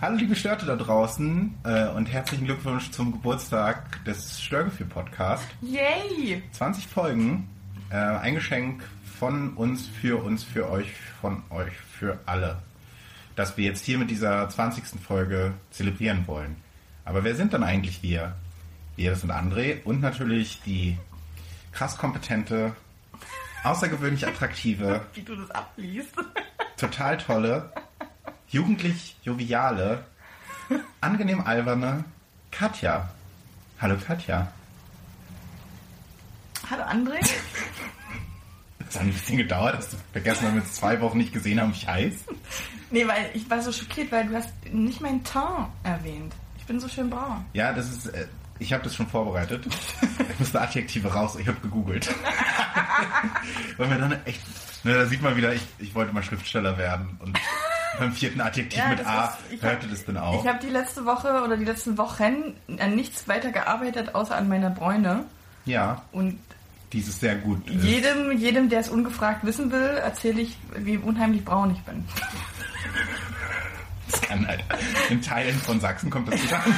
Hallo liebe Störte da draußen und herzlichen Glückwunsch zum Geburtstag des Störgefühl-Podcast. Yay! 20 Folgen, ein Geschenk von uns, für euch, von euch, für alle. Dass wir jetzt hier mit dieser 20. Folge zelebrieren wollen. Aber wer sind dann eigentlich wir? Wir, das sind André und natürlich die krass kompetente, außergewöhnlich attraktive, wie du das abliest, total tolle, jugendlich joviale, angenehm alberne Katja. Hallo Katja. Hallo André. Es hat ein bisschen gedauert, dass du vergessen, dass wir uns 2 Wochen nicht gesehen haben, wie ich heiß. Nee, weil ich war so schockiert, weil du hast nicht meinen Teint erwähnt. Ich bin so schön braun. Ja, das ist... Ich habe das schon vorbereitet. Ich musste Adjektive raus. Ich habe gegoogelt. Weil mir dann echt... Ne, da sieht man wieder, ich wollte mal Schriftsteller werden. Und beim 4. Adjektiv Ja, mit A hörte das dann auf. Ich habe die letzte Woche oder die letzten Wochen an nichts weiter gearbeitet, außer an meiner Bräune. Ja. Und dies ist sehr gut. Jedem, der es ungefragt wissen will, erzähle ich, wie unheimlich braun ich bin. Das kann halt. In Teilen von Sachsen kommt das gut an.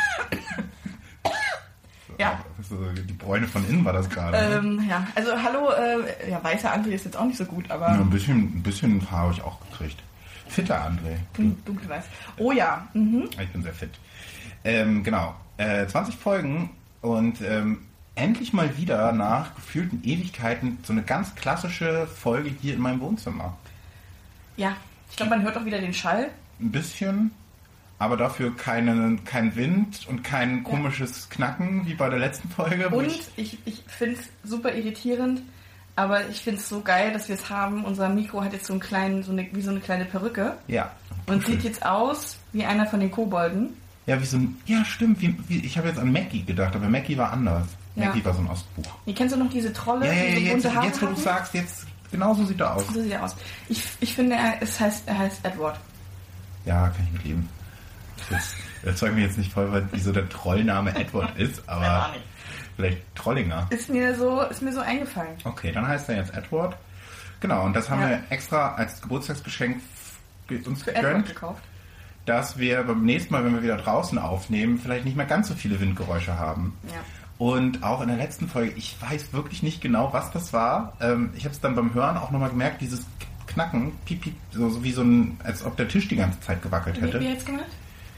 Ja. Die Bräune von innen war das gerade. Ja, also hallo, weißer André ist jetzt auch nicht so gut, aber... Ja, ein bisschen Haar habe ich auch gekriegt. Fitter André. Dunkelweiß. Oh ja. Mhm. Ich bin sehr fit. Genau. 20 Folgen und endlich mal wieder nach gefühlten Ewigkeiten so eine ganz klassische Folge hier in meinem Wohnzimmer. Ja, ich glaube, man hört auch wieder den Schall. Ein bisschen... Aber dafür kein Wind und kein komisches Knacken wie bei der letzten Folge. Und ich finde es super irritierend, aber ich finde es so geil, dass wir es haben. Unser Mikro hat jetzt wie so eine kleine Perücke. Ja. Und sieht jetzt aus wie einer von den Kobolden. Ja, stimmt. Ich habe jetzt an Mackie gedacht, aber Mackie war anders. Ja. Mackie war so ein Ostbuch. Kennst du noch diese Trolle? Ja, jetzt wo du sagst, genau so sieht er aus. So sieht er aus. Ich finde, er heißt Edward. Ja, kann ich mitleben. Das erzeugt mich jetzt nicht voll, weil wieso der Trollname Edward ist, aber vielleicht Trollinger. Ist mir so eingefallen. Okay, dann heißt er jetzt Edward. Genau, und das haben wir extra als Geburtstagsgeschenk uns gegönnt, dass wir beim nächsten Mal, wenn wir wieder draußen aufnehmen, vielleicht nicht mehr ganz so viele Windgeräusche haben. Ja. Und auch in der letzten Folge, ich weiß wirklich nicht genau, was das war. Ich habe es dann beim Hören auch nochmal gemerkt, dieses Knacken, piep, piep, so wie als ob der Tisch die ganze Zeit gewackelt hätte. Wie jetzt gemacht?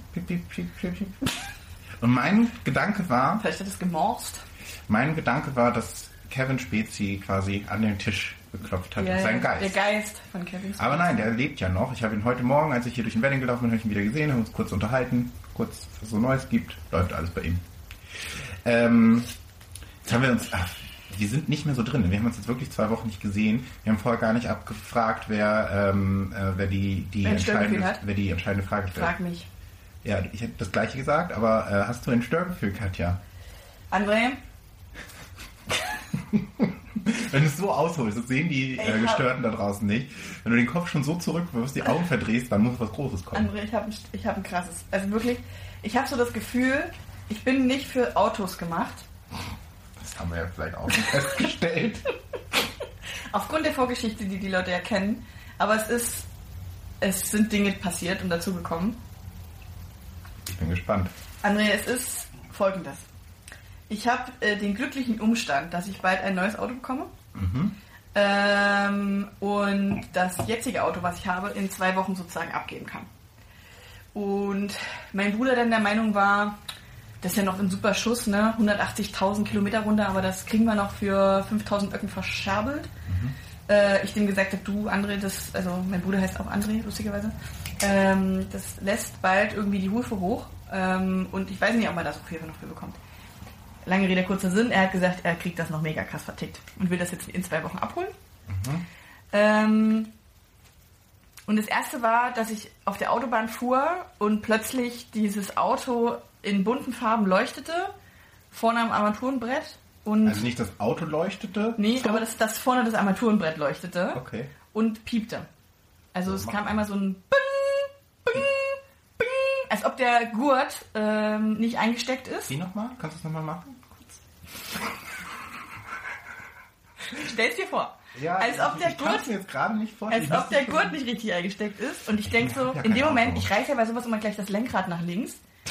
Und mein Gedanke war... Vielleicht hat es gemorst. Mein Gedanke war, dass Kevin Spezi quasi an den Tisch geklopft hat. Ja, sein Geist. Der Geist von Kevin Spezi. Aber nein, der lebt ja noch. Ich habe ihn heute Morgen, als ich hier durch den Wedding gelaufen bin, habe ich ihn wieder gesehen, haben uns kurz unterhalten, kurz, was es so Neues gibt. Läuft alles bei ihm. Jetzt haben wir uns... wir sind nicht mehr so drin. Wir haben uns jetzt wirklich 2 Wochen nicht gesehen. Wir haben vorher gar nicht abgefragt, wer die entscheidende Frage stellt. Frag mich. Ja, ich hätte das Gleiche gesagt, aber hast du ein Störgefühl, Katja? André? Wenn du es so ausholst, das sehen die Gestörten da draußen nicht. Wenn du den Kopf schon so zurückwirfst, die Augen verdrehst, dann muss was Großes kommen. André, ich hab ein krasses... Also wirklich, ich habe so das Gefühl, ich bin nicht für Autos gemacht. Das haben wir ja vielleicht auch schon festgestellt. Aufgrund der Vorgeschichte, die Leute ja kennen. Aber es sind Dinge passiert und dazu gekommen. Ich bin gespannt. André, es ist Folgendes. Ich habe den glücklichen Umstand, dass ich bald ein neues Auto bekomme. Mhm. Und das jetzige Auto, was ich habe, in 2 Wochen sozusagen abgeben kann. Und mein Bruder dann der Meinung war, das ist ja noch ein super Schuss, ne? 180.000 Kilometer runter, aber das kriegen wir noch für 5.000 Öcken verscherbelt. Mhm. Ich dem gesagt habe, du André, also mein Bruder heißt auch André, lustigerweise, das lässt bald irgendwie die Hufe hoch und ich weiß nicht, ob man da so viel noch für bekommt. Lange Rede, kurzer Sinn, er hat gesagt, er kriegt das noch mega krass vertickt und will das jetzt in 2 Wochen abholen. Mhm. Und das erste war, dass ich auf der Autobahn fuhr und plötzlich dieses Auto in bunten Farben leuchtete, vorne am Armaturenbrett. Und also nicht das Auto leuchtete? Nee, so? Aber das vorne das Armaturenbrett leuchtete. Okay. Und piepte. Also es kam einmal so ein Bing, Bing, Bing, als ob der Gurt nicht eingesteckt ist. Wie nochmal? Kannst du es nochmal machen? Stell's dir vor. Ja, als ob der ich kann es mir jetzt gerade nicht vorstellen. Als ob der Gurt nicht richtig eingesteckt ist. Und ich denke so, in dem Moment, ich reiße ja bei sowas immer gleich das Lenkrad nach links.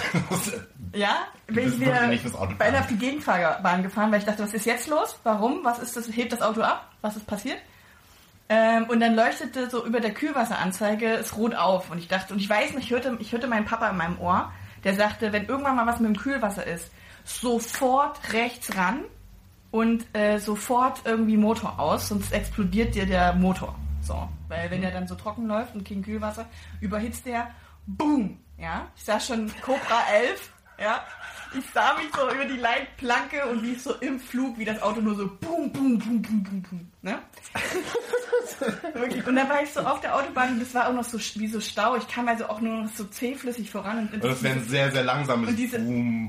Ja, bin ich wieder beinahe auf die Gegenfahrbahn gefahren, weil ich dachte, was ist jetzt los? Warum? Was ist das? Hebt das Auto ab? Was ist passiert? Und dann leuchtete so über der Kühlwasseranzeige es rot auf. Und ich dachte, und ich weiß nicht, ich hörte meinen Papa in meinem Ohr, der sagte, wenn irgendwann mal was mit dem Kühlwasser ist, sofort rechts ran und sofort irgendwie Motor aus, sonst explodiert dir der Motor. So, weil wenn der dann so trocken läuft und kein Kühlwasser, überhitzt der, boom, ja. Ich sah schon Cobra 11, ja. Ich sah mich so über die Leitplanke und wie ich so im Flug, wie das Auto nur so boom, boom, boom, boom, boom, boom, ne? Wirklich. Und dann war ich so auf der Autobahn und das war auch noch so wie so Stau. Ich kam also auch nur noch so zähflüssig voran. Und das wäre ein sehr, sehr langsames und diese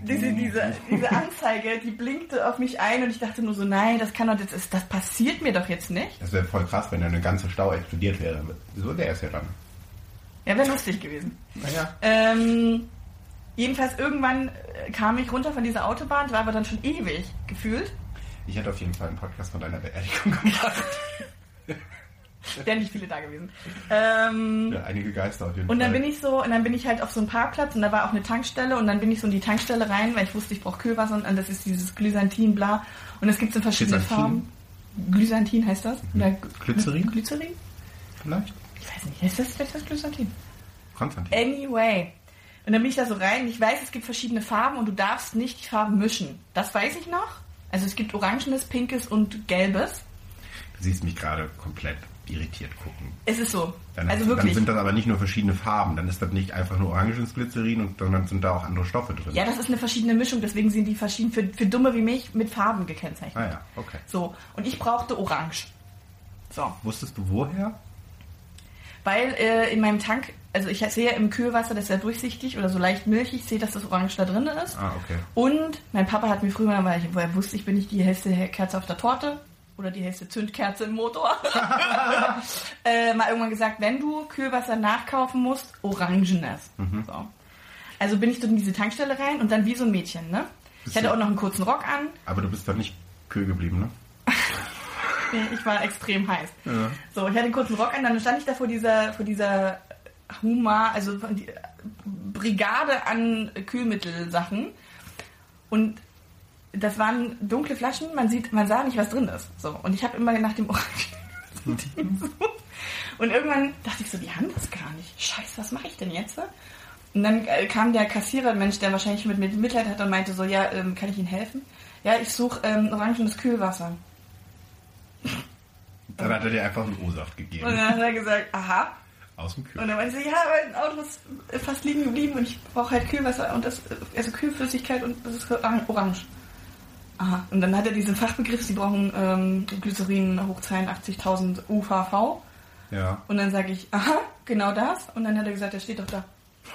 Anzeige, die blinkte auf mich ein und ich dachte nur so, nein, das kann doch jetzt, das passiert mir doch jetzt nicht. Das wäre voll krass, wenn eine ganze Stau explodiert wäre. So wäre es ja dann. Ja, wäre lustig gewesen. Naja. Jedenfalls irgendwann kam ich runter von dieser Autobahn, das war aber dann schon ewig gefühlt. Ich hätte auf jeden Fall einen Podcast von deiner Beerdigung gemacht. Wären nicht viele da gewesen. Ja, einige Geister auf jeden Fall. Und dann bin ich halt auf so einem Parkplatz und da war auch eine Tankstelle und dann bin ich so in die Tankstelle rein, weil ich wusste, ich brauche Kühlwasser und das ist dieses Glysantin, bla. Und es gibt es in verschiedenen Farben. Glysantin heißt das? Mhm. Oder Glycerin? Vielleicht? Ich weiß nicht, heißt das Glysantin? Konstantin. Anyway. Und dann bin ich da so rein und ich weiß, es gibt verschiedene Farben und du darfst nicht die Farben mischen. Das weiß ich noch. Also es gibt orangenes, pinkes und gelbes. Du siehst mich gerade komplett irritiert gucken. Es ist so. Dann also wirklich. Dann sind das aber nicht nur verschiedene Farben. Dann ist das nicht einfach nur orangenes Glycerin, sondern sind da auch andere Stoffe drin. Ja, das ist eine verschiedene Mischung. Deswegen sind die verschieden für Dumme wie mich mit Farben gekennzeichnet. Ah ja, okay. So, und ich brauchte Orange. So. Wusstest du woher? Weil in meinem Tank, also ich sehe im Kühlwasser, das ist ja durchsichtig oder so leicht milchig, sehe, dass das Orange da drin ist. Ah, okay. Und mein Papa hat mir früher, wo er wusste, ich bin nicht die hellste Kerze auf der Torte oder die hellste Zündkerze im Motor, mal irgendwann gesagt, wenn du Kühlwasser nachkaufen musst, orangenes. Mhm. So. Also bin ich so in diese Tankstelle rein und dann wie so ein Mädchen, ne? Ich hatte auch noch einen kurzen Rock an. Aber du bist doch nicht kühl geblieben, ne? Ich war extrem heiß. Ja. So, ich hatte einen kurzen Rock an, dann stand ich da vor dieser Huma, also die Brigade an Kühlmittelsachen. Und das waren dunkle Flaschen, man sah nicht, was drin ist. So, und ich habe immer nach dem Orangen gesucht. Und irgendwann dachte ich so, die haben das gar nicht. Scheiße, was mache ich denn jetzt? Und dann kam der Kassierer-Mensch, der wahrscheinlich mit Mitleid hatte und meinte so, ja, kann ich Ihnen helfen? Ja, ich suche orangenes Kühlwasser. Dann hat er dir einfach einen O-Saft gegeben. Und dann hat er gesagt, aha. Aus dem Kühl. Und dann meinte sie, ja, mein Auto ist fast liegen geblieben und ich brauche halt Kühlwasser und also Kühlflüssigkeit und das ist orange. Aha. Und dann hat er diesen Fachbegriff, sie brauchen Glycerin hoch 82.000 UVV. Ja. Und dann sage ich, aha, genau das. Und dann hat er gesagt, der steht doch da.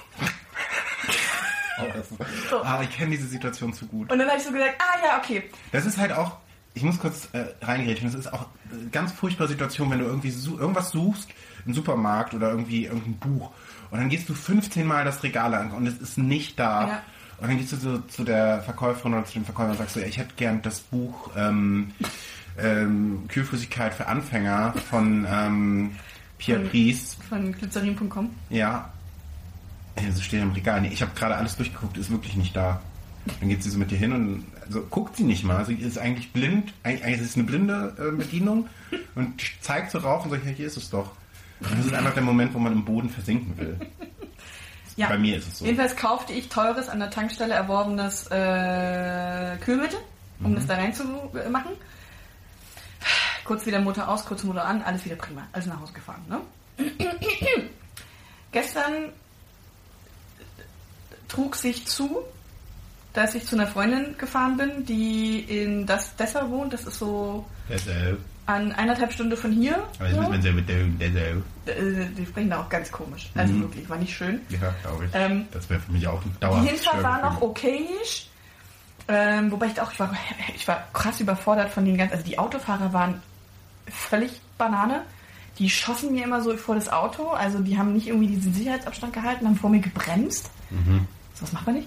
So. Ich kenne diese Situation zu gut. Und dann habe ich so gesagt, ja, okay. Das ist halt auch, ich muss kurz reingrätschen, das ist auch eine ganz furchtbare Situation, wenn du irgendwie irgendwas suchst, im Supermarkt oder irgendwie irgendein Buch und dann gehst du 15 Mal das Regal an und es ist nicht da. Ja. Und dann gehst du so zu der Verkäuferin oder zu dem Verkäufer und sagst so, ja, ich hätte gern das Buch Kühlflüssigkeit für Anfänger von Pierre Pries. Von glycerin.com? Ja. Das steht im Regal. Nee, ich habe gerade alles durchgeguckt, ist wirklich nicht da. Dann geht sie so mit dir hin und also guckt sie nicht mal. Sie ist eigentlich blind. Eigentlich ist es eine blinde Bedienung und zeigt so rauf und sagt, ja, hier ist es doch. Und das ist einfach der Moment, wo man im Boden versinken will. Ja. Bei mir ist es so. Jedenfalls kaufte ich teures, an der Tankstelle erworbenes Kühlmittel, um das da reinzumachen. Kurz wieder Motor aus, kurz Motor an, alles wieder prima. Alles nach Hause gefahren. Ne? Gestern trug sich zu, dass ich zu einer Freundin gefahren bin, die in Dessau wohnt. Das ist so an 1,5 Stunden von hier. Aber jetzt müssen wir mit der die sprechen da auch ganz komisch. Also wirklich, war nicht schön. Ja, glaube ich. Das wäre für mich auch ein Dauer. Die Hinfahrt war noch okayisch. Wobei ich war krass überfordert von den ganzen, also die Autofahrer waren völlig Banane. Die schossen mir immer so vor das Auto, also die haben nicht irgendwie diesen Sicherheitsabstand gehalten, haben vor mir gebremst. So was macht man nicht.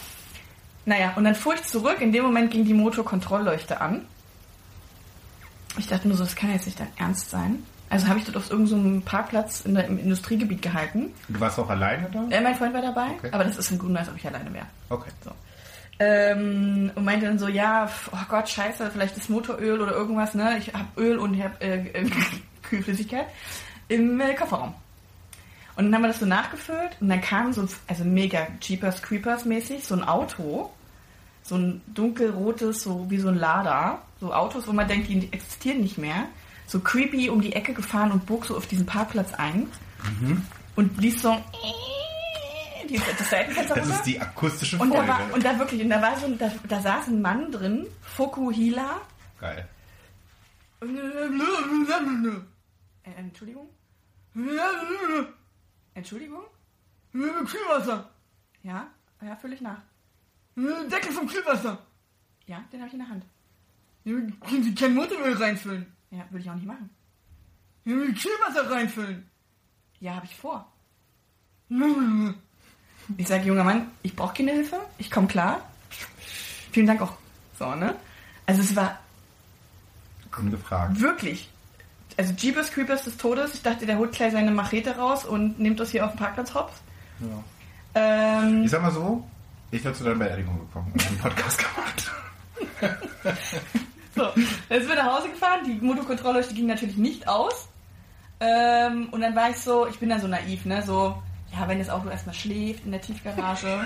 Naja, und dann fuhr ich zurück, in dem Moment ging die Motorkontrollleuchte an. Ich dachte nur so, das kann jetzt nicht dein Ernst sein. Also habe ich dort auf irgendeinem Parkplatz im Industriegebiet gehalten. Du warst auch alleine da? Mein Freund war dabei, okay. Aber das ist im Grunde, als ob ich alleine wäre. Okay. So. Und meinte dann so, ja, oh Gott, scheiße, vielleicht ist Motoröl oder irgendwas, ne? Ich habe Öl und ich habe Kühlflüssigkeit im Kofferraum. Und dann haben wir das so nachgefüllt und dann kam so, also mega Jeepers Creepers mäßig, so ein Auto, so ein dunkelrotes, so wie so ein Lada, so Autos, wo man denkt, die existieren nicht mehr, so creepy um die Ecke gefahren und bog so auf diesen Parkplatz ein und ließ so das Seitenfenster runter. Das ist die akustische und Folge. Da war so, da saß ein Mann drin, Fukuhila. Geil. Entschuldigung? Entschuldigung? Kühlwasser. Ja, fülle ich nach. Deckel vom Kühlwasser. Ja, den habe ich in der Hand. Können Sie kein Motoröl reinfüllen? Ja, würde ich auch nicht machen. Kühlwasser reinfüllen. Ja, habe ich vor. Ich sage, junger Mann, ich brauche keine Hilfe, ich komme klar. Vielen Dank auch. So, ne? Also es war ungefragt. Wirklich. Also Jeepers Creepers des Todes. Ich dachte, der holt gleich seine Machete raus und nimmt das hier auf dem Parkplatz hops. Ja. Ich sag mal so, ich wäre zu deiner Beerdigung gekommen und einen Podcast gemacht. So, dann sind wir nach Hause gefahren. Die Motorkontrollleuchte ging natürlich nicht aus. Und dann war ich so, ich bin dann so naiv, ne? So, ja, wenn das Auto erstmal schläft in der Tiefgarage.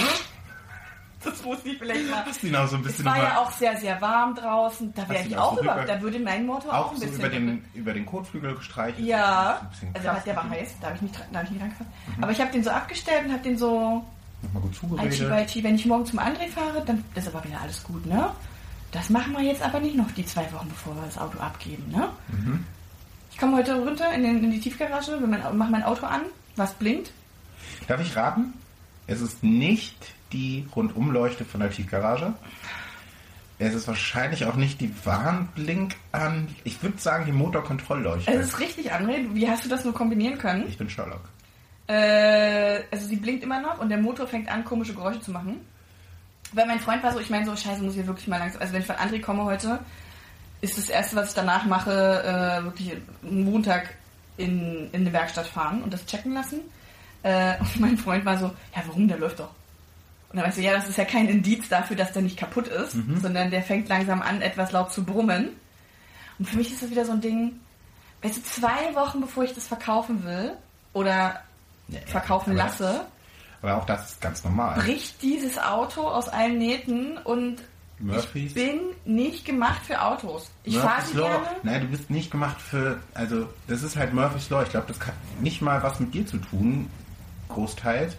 Das muss ich vielleicht mal. Hast du ihn auch so ein bisschen es war ja auch sehr, sehr warm draußen. Da wäre ich auch so da würde mein Motor auch ein so bisschen... über den Kotflügel gestreichelt. Ja, also der war heiß, da habe ich nicht rangefahren. Aber ich habe den so abgestellt und habe den so... Nochmal gut zugeredet. Wenn ich morgen zum André fahre, dann ist aber wieder alles gut, ne? Das machen wir jetzt aber nicht noch die 2 Wochen, bevor wir das Auto abgeben, ne? Ich komme heute runter in die Tiefgarage, mache mein Auto an, was blinkt. Darf ich raten? Es ist nicht die Rundumleuchte von der Tiefgarage. Es ist wahrscheinlich auch nicht die Warnblink an. Ich würde sagen, die Motorkontrollleuchte. Es ist richtig, André. Wie hast du das nur kombinieren können? Ich bin Sherlock. Also sie blinkt immer noch und der Motor fängt an, komische Geräusche zu machen. Weil mein Freund war so, ich meine so, scheiße, muss ich wirklich mal langsam... Also wenn ich von André komme heute, ist das Erste, was ich danach mache, wirklich Montag in eine Werkstatt fahren und das checken lassen. Und mein Freund war so, ja warum, der läuft doch. Und dann weißt du, ja, das ist ja kein Indiz dafür, dass der nicht kaputt ist, sondern der fängt langsam an, etwas laut zu brummen. Und für mich ist das wieder so ein Ding, weißt du, 2 Wochen bevor ich das verkaufen will oder verkaufen lasse, aber auch das ist ganz normal. Bricht dieses Auto aus allen Nähten und Murphys? Ich bin nicht gemacht für Autos. Ich fahre sie gerne. Nein, du bist nicht gemacht für... Also, das ist halt Murphys Law. Ich glaube, das hat nicht mal was mit dir zu tun, großteils.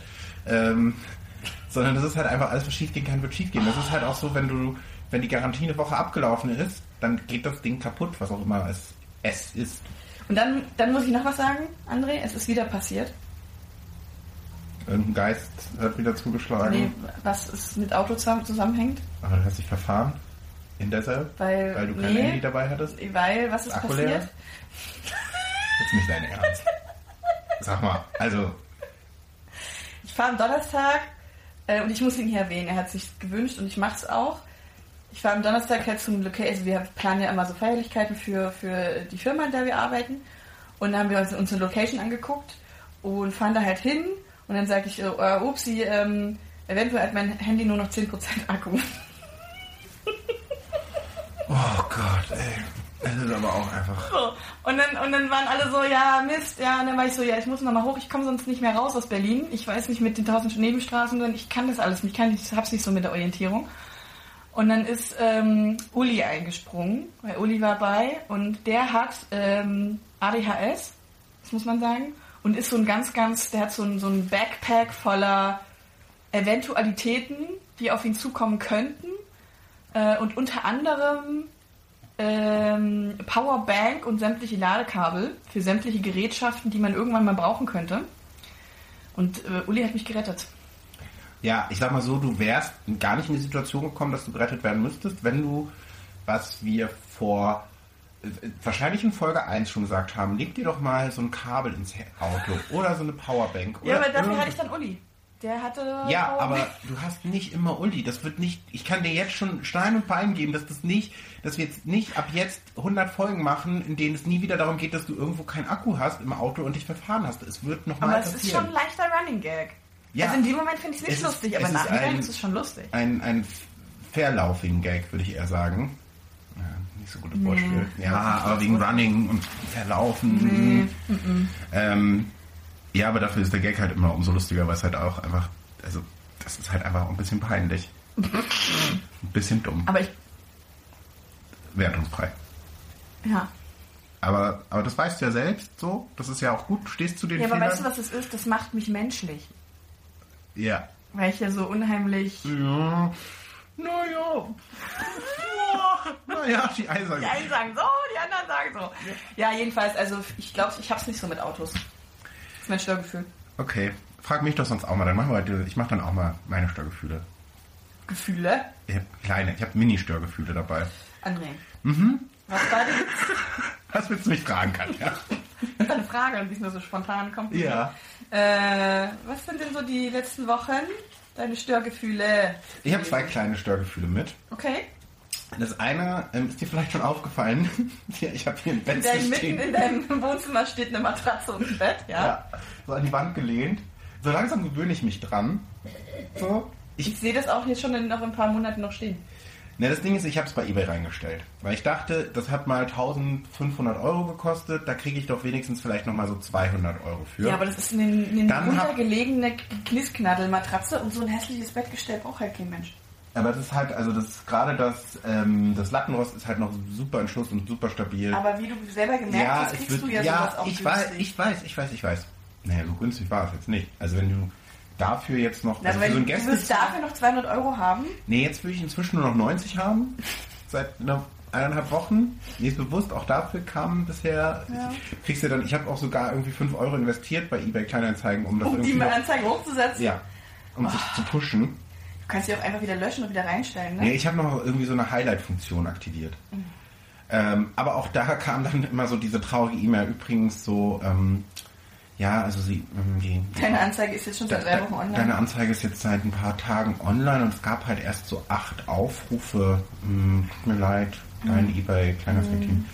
Sondern das ist halt einfach, alles was schief gehen kann, wird schief gehen. Das ist halt auch so, wenn die Garantie eine Woche abgelaufen ist, dann geht das Ding kaputt, was auch immer es ist. Und dann muss ich noch was sagen, André, es ist wieder passiert. Irgendein Geist hat wieder zugeschlagen. Nee, was ist mit Auto zusammenhängt? Aber du hast dich verfahren? In deshalb? Weil du kein Handy dabei hattest? Weil, was ist Akku passiert? Leer? Jetzt nicht dein Ernst. Sag mal, also... Ich fahre am Donnerstag und ich muss ihn hier erwähnen, er hat sich gewünscht und ich mache es auch. Ich fahre am Donnerstag halt zum Location, also wir planen ja immer so Feierlichkeiten für die Firma, in der wir arbeiten. Und dann haben wir uns eine Location angeguckt und fahren da halt hin. Und dann sage ich, upsi, eventuell hat mein Handy nur noch 10% Akku. Oh Gott, ey. Das ist aber auch einfach... So. Und dann waren alle so, ja, Mist, ja. Und dann war ich so, ja, ich muss nochmal hoch, ich komme sonst nicht mehr raus aus Berlin. Ich weiß nicht, mit den 1000 Nebenstraßen, ich kann das alles nicht, ich hab's nicht so mit der Orientierung. Und dann ist Uli eingesprungen, weil Uli war bei und der hat ADHS, das muss man sagen. Und ist so ein der hat so ein Backpack voller Eventualitäten, die auf ihn zukommen könnten. Und unter anderem Powerbank und sämtliche Ladekabel für sämtliche Gerätschaften, die man irgendwann mal brauchen könnte. Und Uli hat mich gerettet. Ja, ich sag mal so, du wärst gar nicht in die Situation gekommen, dass du gerettet werden müsstest, wenn du, was wir vor... wahrscheinlich in Folge 1 schon gesagt haben, leg dir doch mal so ein Kabel ins Auto oder so eine Powerbank. Oder ja, aber dafür hatte ich dann Uli. Der hatte... Ja, aber du hast nicht immer Uli. Das wird nicht... Ich kann dir jetzt schon Stein und Bein geben, dass wir jetzt nicht ab jetzt 100 Folgen machen, in denen es nie wieder darum geht, dass du irgendwo keinen Akku hast im Auto und dich verfahren hast. Es wird nochmal passieren. Aber es ist schon ein leichter Running Gag. Ja, also in dem Moment finde ich es nicht lustig, aber nachher ist es schon lustig. Ein Fairlaufing Gag, würde ich eher sagen. Ja, nicht so gutes Wortspiel. Ja, aber wegen Running und Verlaufen. Ja, aber dafür ist der Gag halt immer umso lustiger, weil es halt auch einfach, also das ist halt einfach ein bisschen peinlich. Ein bisschen dumm. Aber ich... Wertungsfrei. Ja. Aber das weißt du ja selbst so. Das ist ja auch gut. Du stehst zu den Fehlern. Ja, aber weißt du, was das ist? Das macht mich menschlich. Ja. Weil ich ja so unheimlich... Ja. Naja, die einen sagen so, die anderen sagen so. Ja, jedenfalls, also ich glaube, ich hab's nicht so mit Autos. Das ist mein Störgefühl. Okay, frag mich doch sonst auch mal. Ich mach dann auch mal meine Störgefühle. Gefühle? Ich habe Mini-Störgefühle dabei. André. Mhm. Was war denn jetzt? Was willst du mich fragen, Katja? Das ist eine Frage und die ist nur so spontan kommt. Ja. Was sind denn so die letzten Wochen deine Störgefühle? Ich habe 2 kleine Störgefühle mit. Okay. Das eine ist dir vielleicht schon aufgefallen. Ja, ich habe hier ein Bett stehen. Mitten in deinem Wohnzimmer steht eine Matratze und ein Bett, ja? Ja, so an die Wand gelehnt. So langsam gewöhne ich mich dran. So. Ich sehe das auch jetzt schon noch in ein paar Monaten noch stehen. Ne, das Ding ist, ich habe es bei eBay reingestellt. Weil ich dachte, das hat mal 1.500 Euro gekostet. Da kriege ich doch wenigstens vielleicht nochmal so 200 Euro für. Ja, aber das ist eine runtergelegene Knisknaddelmatratze und so ein hässliches Bettgestell braucht halt kein Mensch. Aber das ist halt, also das Lattenrost ist halt noch super in Schuss und super stabil. Aber wie du selber gemerkt hast, kriegst du ja sowas auch günstig. Ich weiß. Naja, so günstig war es jetzt nicht. Also wenn du dafür jetzt noch... Also wenn du willst dafür noch 200 Euro haben? Nee, jetzt will ich inzwischen nur noch 90 haben. Seit 1,5 Wochen. Mir ist bewusst, auch dafür kamen bisher... Ja. Kriegst du dann... Ich habe auch sogar irgendwie 5 Euro investiert bei eBay Kleinanzeigen, um das irgendwie... Um die Anzeige hochzusetzen? Ja. Um sich zu pushen. Du kannst sie auch einfach wieder löschen und wieder reinstellen, ne? Nee, ich habe noch irgendwie so eine Highlight-Funktion aktiviert. Aber auch da kam dann immer so diese traurige E-Mail. Übrigens so... ja, also deine Anzeige ist jetzt schon seit 3 Wochen online. Deine Anzeige ist jetzt seit ein paar Tagen online und es gab halt erst so 8 Aufrufe. Tut mir leid, dein eBay, kleines Team.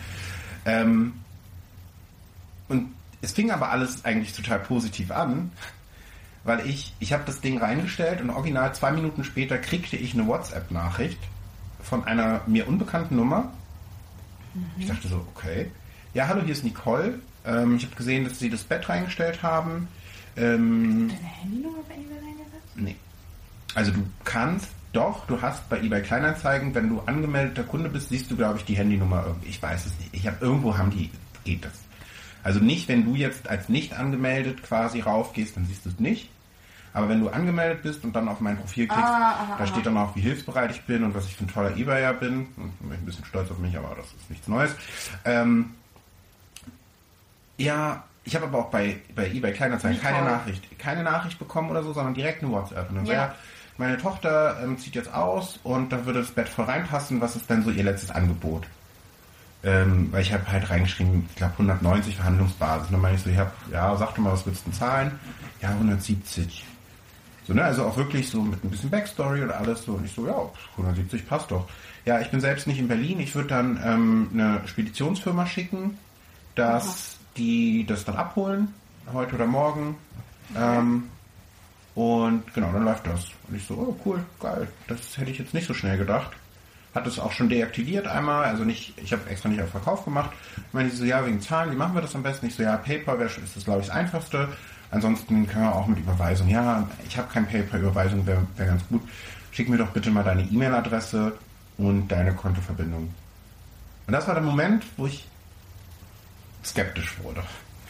Und es fing aber alles eigentlich total positiv an, weil ich habe das Ding reingestellt und original 2 Minuten später kriegte ich eine WhatsApp-Nachricht von einer mir unbekannten Nummer. Ich dachte so, okay. Ja, hallo, hier ist Nicole. Ich habe gesehen, dass Sie das Bett reingestellt haben. Deine Handynummer bei eBay reingesetzt? Nee. Also du hast bei eBay Kleinanzeigen, wenn du angemeldeter Kunde bist, siehst du, glaube ich, die Handynummer irgendwie. Ich weiß es nicht. Geht das. Also nicht, wenn du jetzt als nicht angemeldet quasi raufgehst, dann siehst du es nicht. Aber wenn du angemeldet bist und dann auf mein Profil klickst, da steht dann auch, wie hilfsbereit ich bin und was ich für ein toller eBayer bin. Und ich bin ein bisschen stolz auf mich, aber das ist nichts Neues. Ja, ich habe aber auch bei eBay Kleinanzeigen keine Nachricht bekommen oder so, sondern direkt eine WhatsApp. Und dann wäre, meine Tochter zieht jetzt aus und da würde das Bett voll reinpassen. Was ist denn so ihr letztes Angebot? Weil ich habe halt reingeschrieben, ich glaube 190 Verhandlungsbasis. Und dann meine ich so, sag doch mal, was würdest du denn zahlen? Ja, 170. So, ne, also auch wirklich so mit ein bisschen Backstory und alles so. Und ich so, ja, 170 passt doch. Ja, ich bin selbst nicht in Berlin. Ich würde dann eine Speditionsfirma schicken, dass die das dann abholen, heute oder morgen. Und genau, dann läuft das. Und ich so, oh cool, geil. Das hätte ich jetzt nicht so schnell gedacht. Hat es auch schon deaktiviert einmal, also nicht, ich habe extra nicht auf Verkauf gemacht. Ich meine, so, ja, wegen Zahlen, wie machen wir das am besten? Ich so, ja, PayPal ist das, glaube ich, das Einfachste. Ansonsten können wir auch mit Überweisung. Ja, ich habe kein PayPal-Überweisung, wäre ganz gut. Schick mir doch bitte mal deine E-Mail-Adresse und deine Kontoverbindung. Und das war der Moment, wo ich skeptisch wurde.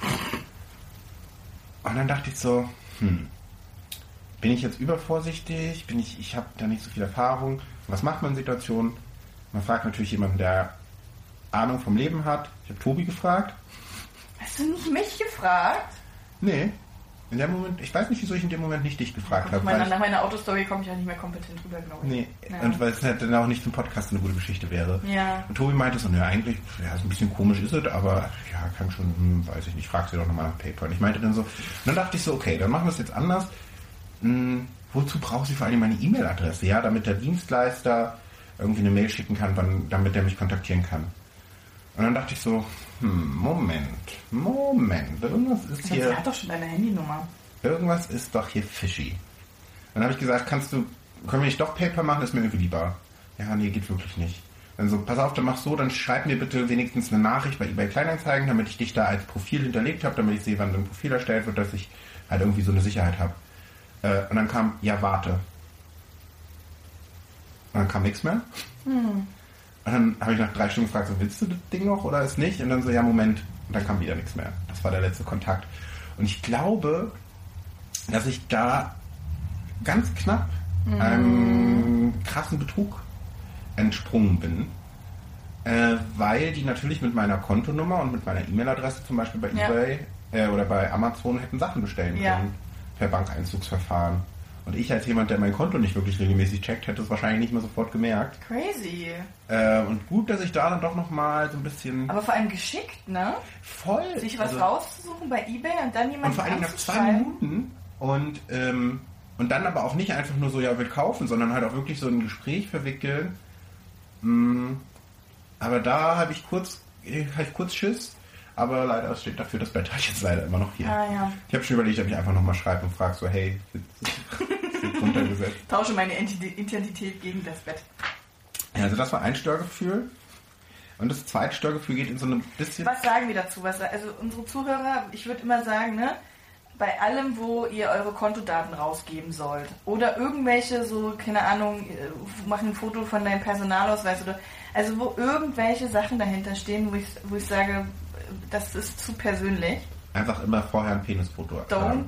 Und dann dachte ich so, bin ich jetzt übervorsichtig? Ich habe da nicht so viel Erfahrung. Was macht man in Situationen? Man fragt natürlich jemanden, der Ahnung vom Leben hat. Ich habe Tobi gefragt. Hast du nicht mich gefragt? Nee. In dem Moment, ich weiß nicht, wieso ich in dem Moment nicht dich gefragt habe. Nach meiner Autostory komme ich ja nicht mehr kompetent rüber, glaube ich. Nee, ja. Und weil es dann auch nicht zum Podcast eine gute Geschichte wäre. Ja. Und Tobi meinte so, eigentlich, ja, so ein bisschen komisch ist es, aber ja, kann schon, weiß ich nicht, frag sie doch nochmal nach PayPal. Und ich meinte dann so, und dann dachte ich so, okay, dann machen wir es jetzt anders. wozu brauchst du vor allem meine E-Mail-Adresse? Ja, damit der Dienstleister irgendwie eine Mail schicken kann, damit er mich kontaktieren kann. Und dann dachte ich so, Moment, irgendwas ist hier... Sie hat doch schon deine Handynummer. Irgendwas ist doch hier fishy. Dann habe ich gesagt, können wir nicht doch PayPal machen, ist mir irgendwie lieber. Ja, nee, geht wirklich nicht. Dann so, pass auf, dann mach so, dann schreib mir bitte wenigstens eine Nachricht bei eBay Kleinanzeigen, damit ich dich da als Profil hinterlegt habe, damit ich sehe, wann dein Profil erstellt wird, dass ich halt irgendwie so eine Sicherheit habe. Und dann kam, ja, warte. Und dann kam nichts mehr. Und dann habe ich nach 3 Stunden gefragt, so, willst du das Ding noch oder ist nicht? Und dann so, ja, Moment. Und dann kam wieder nichts mehr. Das war der letzte Kontakt. Und ich glaube, dass ich da ganz knapp einem krassen Betrug entsprungen bin, weil die natürlich mit meiner Kontonummer und mit meiner E-Mail-Adresse zum Beispiel bei eBay oder bei Amazon hätten Sachen bestellen können per Bankeinzugsverfahren. Und ich als jemand, der mein Konto nicht wirklich regelmäßig checkt, hätte es wahrscheinlich nicht mehr sofort gemerkt. Crazy. Und gut, dass ich da dann doch nochmal so ein bisschen... Aber vor allem geschickt, ne? Voll. Sich was rauszusuchen bei eBay und dann jemanden und vor allem nach 2 Minuten und dann aber auch nicht einfach nur so, ja, will kaufen, sondern halt auch wirklich so ein Gespräch verwickeln. Aber da habe ich kurz Schiss. Aber leider steht dafür das Bett halt jetzt leider immer noch hier. Ja. Ich habe schon überlegt, ob ich einfach nochmal schreibe und frage so, hey, ist runtergesetzt. Tausche meine Identität gegen das Bett. Ja, also das war ein Störgefühl. Und das zweite Störgefühl geht in so ein bisschen... Was sagen wir dazu? Also unsere Zuhörer, ich würde immer sagen, ne, bei allem, wo ihr eure Kontodaten rausgeben sollt oder irgendwelche so, keine Ahnung, mach ein Foto von deinem Personalausweis oder also wo irgendwelche Sachen dahinter stehen, wo ich sage, das ist zu persönlich. Einfach immer vorher ein Penisfoto Don't.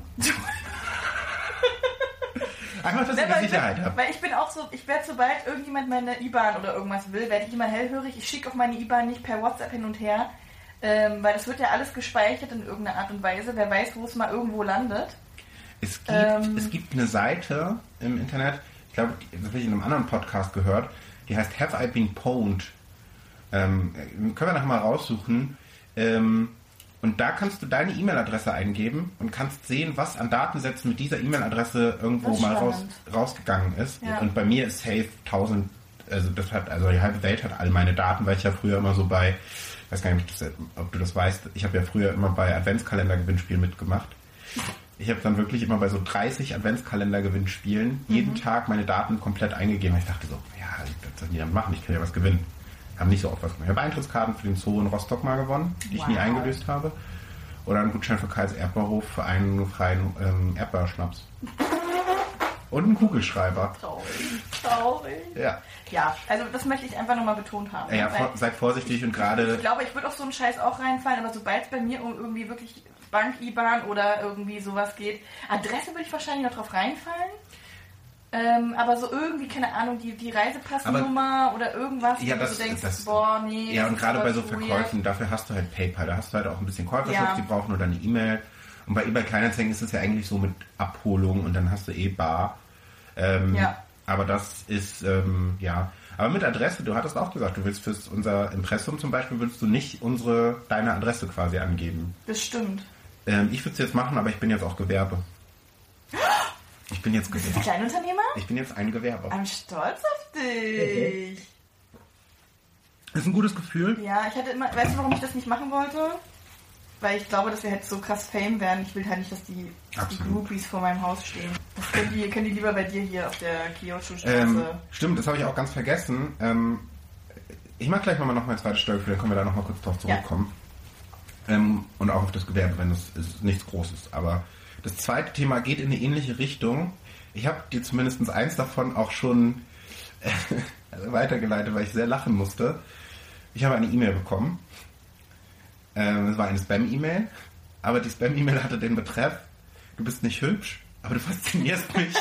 Einfach, dass ich eine Sicherheit habe. Weil ich bin auch so, ich werde, sobald irgendjemand meine IBAN oder irgendwas will, werde ich immer hellhörig. Ich schicke auch meine IBAN nicht per WhatsApp hin und her, weil das wird ja alles gespeichert in irgendeiner Art und Weise. Wer weiß, wo es mal irgendwo landet. Es gibt eine Seite im Internet, ich glaube, das habe ich in einem anderen Podcast gehört, die heißt Have I Been Pwned? Können wir nachher mal raussuchen. Und da kannst du deine E-Mail-Adresse eingeben und kannst sehen, was an Datensätzen mit dieser E-Mail-Adresse irgendwo mal rausgegangen ist. Ja. Und bei mir ist safe 1000, also die halbe Welt hat all meine Daten, weil ich ja früher immer so bei, ich weiß gar nicht, ob du das weißt, ich habe ja früher immer bei Adventskalender-Gewinnspielen mitgemacht. Ich habe dann wirklich immer bei so 30 Adventskalender-Gewinnspielen jeden Tag meine Daten komplett eingegeben. Ich dachte so, ja, das soll niemand machen, ich kann ja was gewinnen. Haben nicht so oft was gemacht. Ich habe Eintrittskarten für den Zoo in Rostock mal gewonnen, die ich nie eingelöst habe. Oder einen Gutschein für Karls Erdbeerhof für einen freien Erdbeerschnaps. Und einen Kugelschreiber. Traurig. Ja, also das möchte ich einfach nochmal betont haben. Ja, seid vorsichtig und gerade... Ich glaube, ich würde auf so einen Scheiß auch reinfallen, aber sobald es bei mir um irgendwie wirklich Bank-IBAN oder irgendwie sowas geht, Adresse würde ich wahrscheinlich noch drauf reinfallen. Aber so irgendwie, keine Ahnung, die Reisepassnummer oder irgendwas, ja, wo du denkst, boah, nee. Ja, und gerade bei so Verkäufen, dafür hast du halt PayPal, da hast du halt auch ein bisschen Käuferschutz, die brauchen nur deine E-Mail. Und bei eBay Kleinanzeigen ist es ja eigentlich so mit Abholung und dann hast du bar. Aber das ist, Aber mit Adresse, du hattest auch gesagt, du willst für unser Impressum zum Beispiel, würdest du nicht deine Adresse quasi angeben. Das stimmt. Ich würde es jetzt machen, aber ich bin jetzt auch Gewerbe. Ich bin jetzt Gewerbe. Bist du Kleinunternehmer? Ich bin jetzt ein Gewerbe. I'm stolz auf dich. Das ist ein gutes Gefühl. Ja, ich hatte immer... Weißt du, warum ich das nicht machen wollte? Weil ich glaube, dass wir halt so krass Fame werden. Ich will halt nicht, dass die Groupies vor meinem Haus stehen. Das können die lieber bei dir hier auf der Kyosho-Straße... Stimmt, das habe ich auch ganz vergessen. Ich mache gleich noch mein zweites Steuergefühl, dann können wir da noch mal kurz drauf zurückkommen. Ja. Und auch auf das Gewerbe, wenn das ist nichts Großes. Aber das zweite Thema geht in eine ähnliche Richtung. Ich habe dir zumindest eins davon auch schon weitergeleitet, weil ich sehr lachen musste. Ich habe eine E-Mail bekommen. Es war eine Spam-E-Mail, aber die Spam-E-Mail hatte den Betreff: Du bist nicht hübsch, aber du faszinierst mich.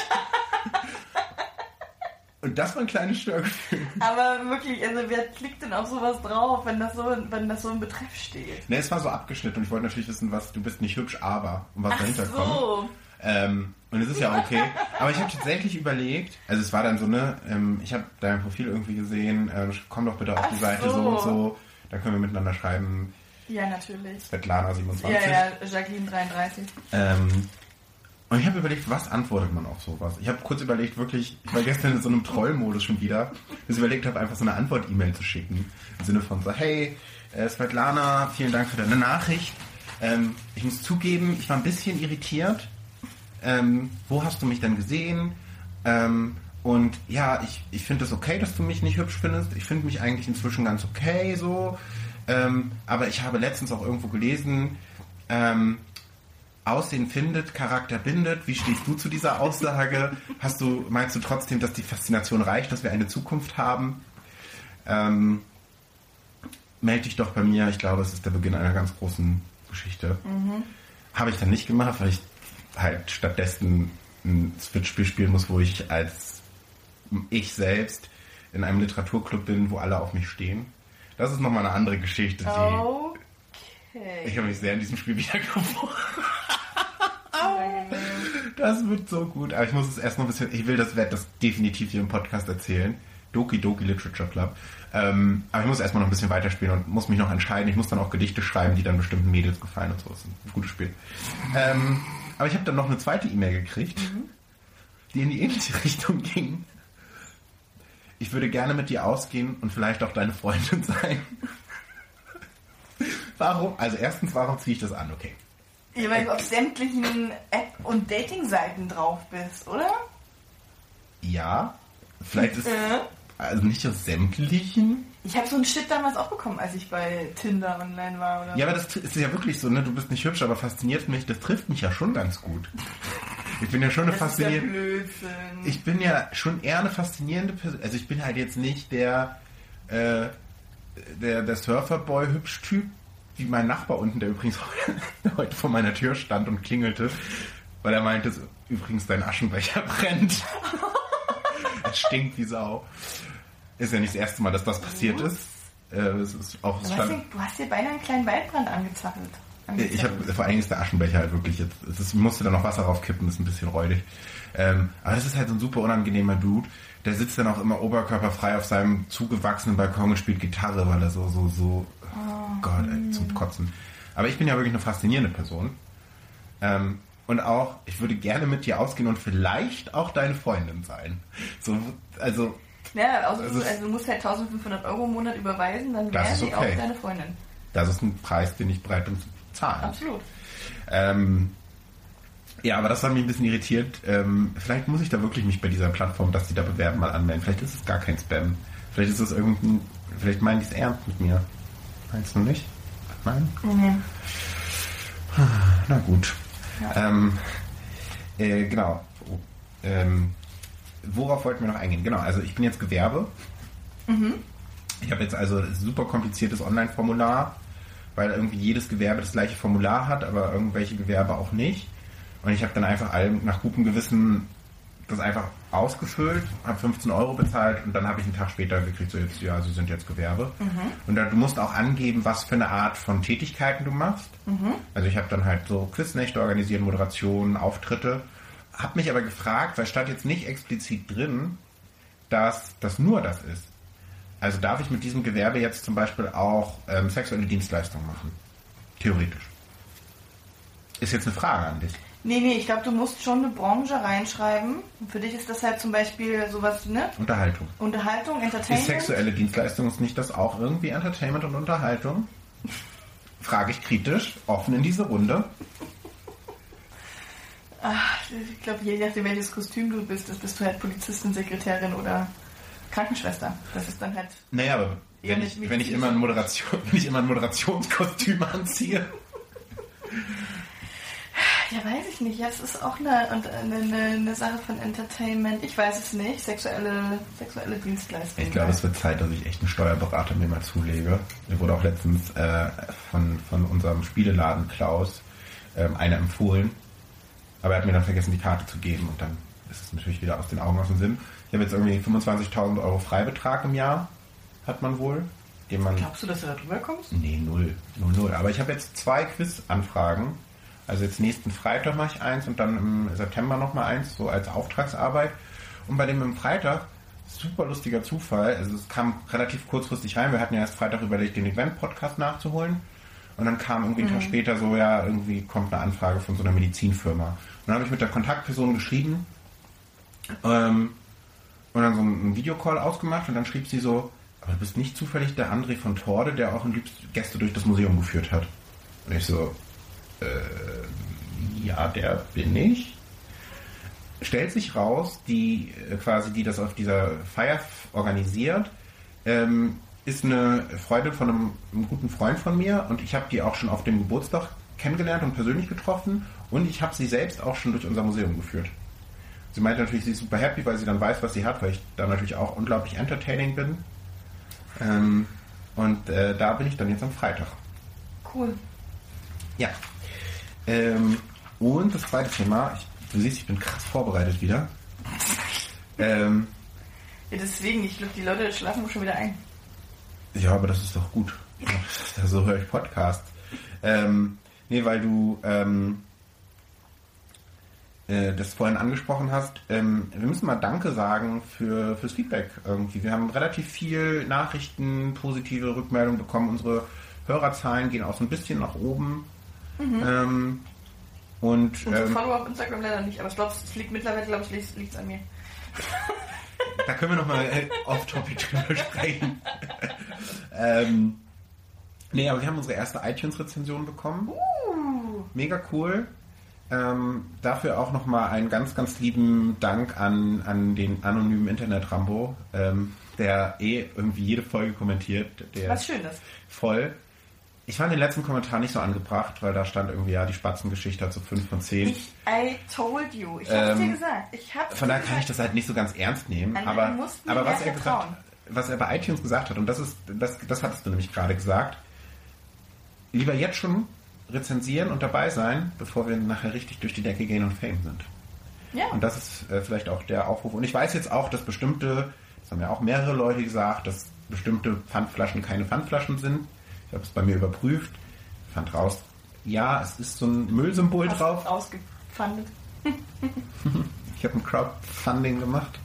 Und das war ein kleines Störgefühl. Aber wirklich, also wer klickt denn auf sowas drauf, wenn das so im Betreff steht? Ne, es war so abgeschnitten und ich wollte natürlich wissen, du bist nicht hübsch, aber und was dahinter kommt. Und es ist ja okay. Aber ich habe tatsächlich überlegt, also es war dann so, ich habe dein Profil irgendwie gesehen, komm doch bitte auf die Seite so und so, da können wir miteinander schreiben. Ja, natürlich. Svetlana 27. Ja, Jacqueline 33. Und ich habe überlegt, was antwortet man auf sowas? Ich habe kurz überlegt, wirklich, ich war gestern in so einem Trollmodus schon wieder, dass ich überlegt habe, einfach so eine Antwort-E-Mail zu schicken. Im Sinne von so, hey, Svetlana, vielen Dank für deine Nachricht. Ich muss zugeben, ich war ein bisschen irritiert. Wo hast du mich denn gesehen? Und ja, ich finde es okay, dass du mich nicht hübsch findest. Ich finde mich eigentlich inzwischen ganz okay so. Aber ich habe letztens auch irgendwo gelesen, Aussehen findet, Charakter bindet. Wie stehst du zu dieser Aussage? Meinst du trotzdem, dass die Faszination reicht, dass wir eine Zukunft haben? Meld dich doch bei mir. Ich glaube, es ist der Beginn einer ganz großen Geschichte. Habe ich dann nicht gemacht, weil ich halt stattdessen ein Switch-Spiel spielen muss, wo ich als ich selbst in einem Literaturclub bin, wo alle auf mich stehen. Das ist nochmal eine andere Geschichte. Ich habe mich sehr in diesem Spiel wiedergefunden. Das wird so gut. Aber ich muss es erst noch ein bisschen... Ich werde das definitiv hier im Podcast erzählen. Doki Doki Literature Club. Aber ich muss erstmal noch ein bisschen weiterspielen und muss mich noch entscheiden. Ich muss dann auch Gedichte schreiben, die dann bestimmten Mädels gefallen und so. Das ist ein gutes Spiel. Aber ich habe dann noch eine zweite E-Mail gekriegt, die in die ähnliche Richtung ging. Ich würde gerne mit dir ausgehen und vielleicht auch deine Freundin sein. Warum? Also erstens, warum ziehe ich das an? Okay. Ja, weil du auf sämtlichen App- und Dating-Seiten drauf bist, oder? Ja. Vielleicht ist... Also nicht auf sämtlichen. Ich habe so einen Shit damals auch bekommen, als ich bei Tinder online war. Oder ja, aber das ist ja wirklich so, ne? Du bist nicht hübsch, aber fasziniert mich. Das trifft mich ja schon ganz gut. Ich bin ja schon eine faszinierende... Blödsinn. Ich bin ja schon eher eine faszinierende Person. Also ich bin halt jetzt nicht der Surferboy-Hübsch-Typ, wie mein Nachbar unten, der übrigens heute vor meiner Tür stand und klingelte, weil er meinte, übrigens dein Aschenbecher brennt. Es stinkt wie Sau. Ist ja nicht das erste Mal, dass das passiert ist. Es ist auch, du hast dir beinahe einen kleinen Waldbrand angezappelt. Vor allem ist der Aschenbecher halt wirklich jetzt. Ich musste da noch Wasser raufkippen, ist ein bisschen räudig. Aber das ist halt so ein super unangenehmer Dude. Der sitzt dann auch immer oberkörperfrei auf seinem zugewachsenen Balkon und spielt Gitarre, weil er so Gott, ey, zum Kotzen. Aber ich bin ja wirklich eine faszinierende Person. Und auch, ich würde gerne mit dir ausgehen und vielleicht auch deine Freundin sein. Ja, du musst halt 1.500 € im Monat überweisen, dann wäre sie auch deine Freundin. Das ist ein Preis, den ich bereit bin zu zahlen. Absolut. Ja, aber das hat mich ein bisschen irritiert. Vielleicht muss ich da wirklich mich bei dieser Plattform, dass die da bewerben, mal anmelden. Vielleicht ist es gar kein Spam. Vielleicht ist es vielleicht meinen die es ernst mit mir. Meinst du nicht? Nein? Nee. Na gut. Ja. Genau. Worauf wollten wir noch eingehen? Genau, also ich bin jetzt Gewerbe. Ich habe jetzt also ein super kompliziertes Online-Formular, weil irgendwie jedes Gewerbe das gleiche Formular hat, aber irgendwelche Gewerbe auch nicht. Und ich habe dann einfach nach gutem Gewissen das einfach ausgefüllt, habe 15 € bezahlt und dann habe ich einen Tag später gekriegt, so jetzt, ja, Sie sind jetzt Gewerbe. Und dann, du musst auch angeben, was für eine Art von Tätigkeiten du machst. Also ich habe dann halt so Quiznächte organisiert, Moderationen, Auftritte. Habe mich aber gefragt, weil stand jetzt nicht explizit drin, dass das nur das ist. Also darf ich mit diesem Gewerbe jetzt zum Beispiel auch sexuelle Dienstleistungen machen? Theoretisch. Ist jetzt eine Frage an dich. Nee, ich glaube, du musst schon eine Branche reinschreiben. Und für dich ist das halt zum Beispiel sowas, ne? Unterhaltung, Entertainment. Ist sexuelle Dienstleistung, ist nicht das auch irgendwie Entertainment und Unterhaltung? Frage ich kritisch, offen in diese Runde. Ach, ich glaube, je nachdem, welches Kostüm du bist, bist du halt Polizistin, Sekretärin oder Krankenschwester. Das ist dann halt... Naja, aber wenn ich immer ein Moderationskostüm anziehe... Ja, weiß ich nicht. Ja, es ist auch eine Sache von Entertainment. Ich weiß es nicht. Sexuelle Dienstleistungen. Ich glaube, es wird Zeit, dass ich echt einen Steuerberater mir mal zulege. Mir wurde auch letztens von unserem Spieleladen Klaus einer empfohlen. Aber er hat mir dann vergessen, die Karte zu geben. Und dann ist es natürlich wieder aus den Augen, aus dem Sinn. Ich habe jetzt irgendwie 25.000 € Freibetrag im Jahr, hat man wohl. Glaubst du, dass du da drüber kommst? Nee, null. Aber ich habe jetzt 2 Quiz-Anfragen. Also jetzt nächsten Freitag mache ich eins und dann im September nochmal eins, so als Auftragsarbeit. Und bei dem im Freitag, super lustiger Zufall, also es kam relativ kurzfristig rein. Wir hatten ja erst Freitag überlegt, den Event-Podcast nachzuholen. Und dann kam irgendwie einen Tag später so, ja, irgendwie kommt eine Anfrage von so einer Medizinfirma. Und dann habe ich mit der Kontaktperson geschrieben und dann so einen Videocall ausgemacht und dann schrieb sie so, aber du bist nicht zufällig der André von Torde, der auch Gäste durch das Museum geführt hat. Und ich so, ja, der bin ich. Stellt sich raus, die das auf dieser Feier organisiert, ist eine Freundin von einem guten Freund von mir und ich habe die auch schon auf dem Geburtstag kennengelernt und persönlich getroffen und ich habe sie selbst auch schon durch unser Museum geführt. Sie meinte natürlich, sie ist super happy, weil sie dann weiß, was sie hat, weil ich da natürlich auch unglaublich entertaining bin. Da bin ich dann jetzt am Freitag. Cool. Ja. Und das zweite Thema, du siehst, ich bin krass vorbereitet wieder. Ja, deswegen, ich glaube, die Leute schlafen schon wieder ein. Ja, aber das ist doch gut. So höre ich Podcasts. Weil du das vorhin angesprochen hast. Wir müssen mal Danke sagen fürs Feedback irgendwie. Wir haben relativ viel Nachrichten, positive Rückmeldungen bekommen. Unsere Hörerzahlen gehen auch so ein bisschen nach oben. Unsere Follower auf Instagram leider nicht, aber ich glaube, es liegt mittlerweile, liegt es an mir. Da können wir nochmal off-topic drüber sprechen. Aber wir haben unsere erste iTunes-Rezension bekommen. Mega cool. Dafür auch nochmal einen ganz, ganz lieben Dank an den anonymen Internet-Rambo, der irgendwie jede Folge kommentiert. Was Schönes. Voll. Ich fand den letzten Kommentar nicht so angebracht, weil da stand irgendwie, ja, die Spatzengeschichte hat so 5 von 10. I told you. Ich hab's dir gesagt. Von daher kann ich das halt nicht so ganz ernst nehmen. Aber was er bei iTunes gesagt hat, und das hattest du nämlich gerade gesagt, lieber jetzt schon rezensieren und dabei sein, bevor wir nachher richtig durch die Decke gehen und Fame sind. Ja. Und das ist vielleicht auch der Aufruf. Und ich weiß jetzt auch, dass das haben ja auch mehrere Leute gesagt, dass bestimmte Pfandflaschen keine Pfandflaschen sind. Ich habe es bei mir überprüft, fand raus, ja, es ist so ein Müllsymbol drauf. Ausgefundet. Ich habe ein Crowdfunding gemacht.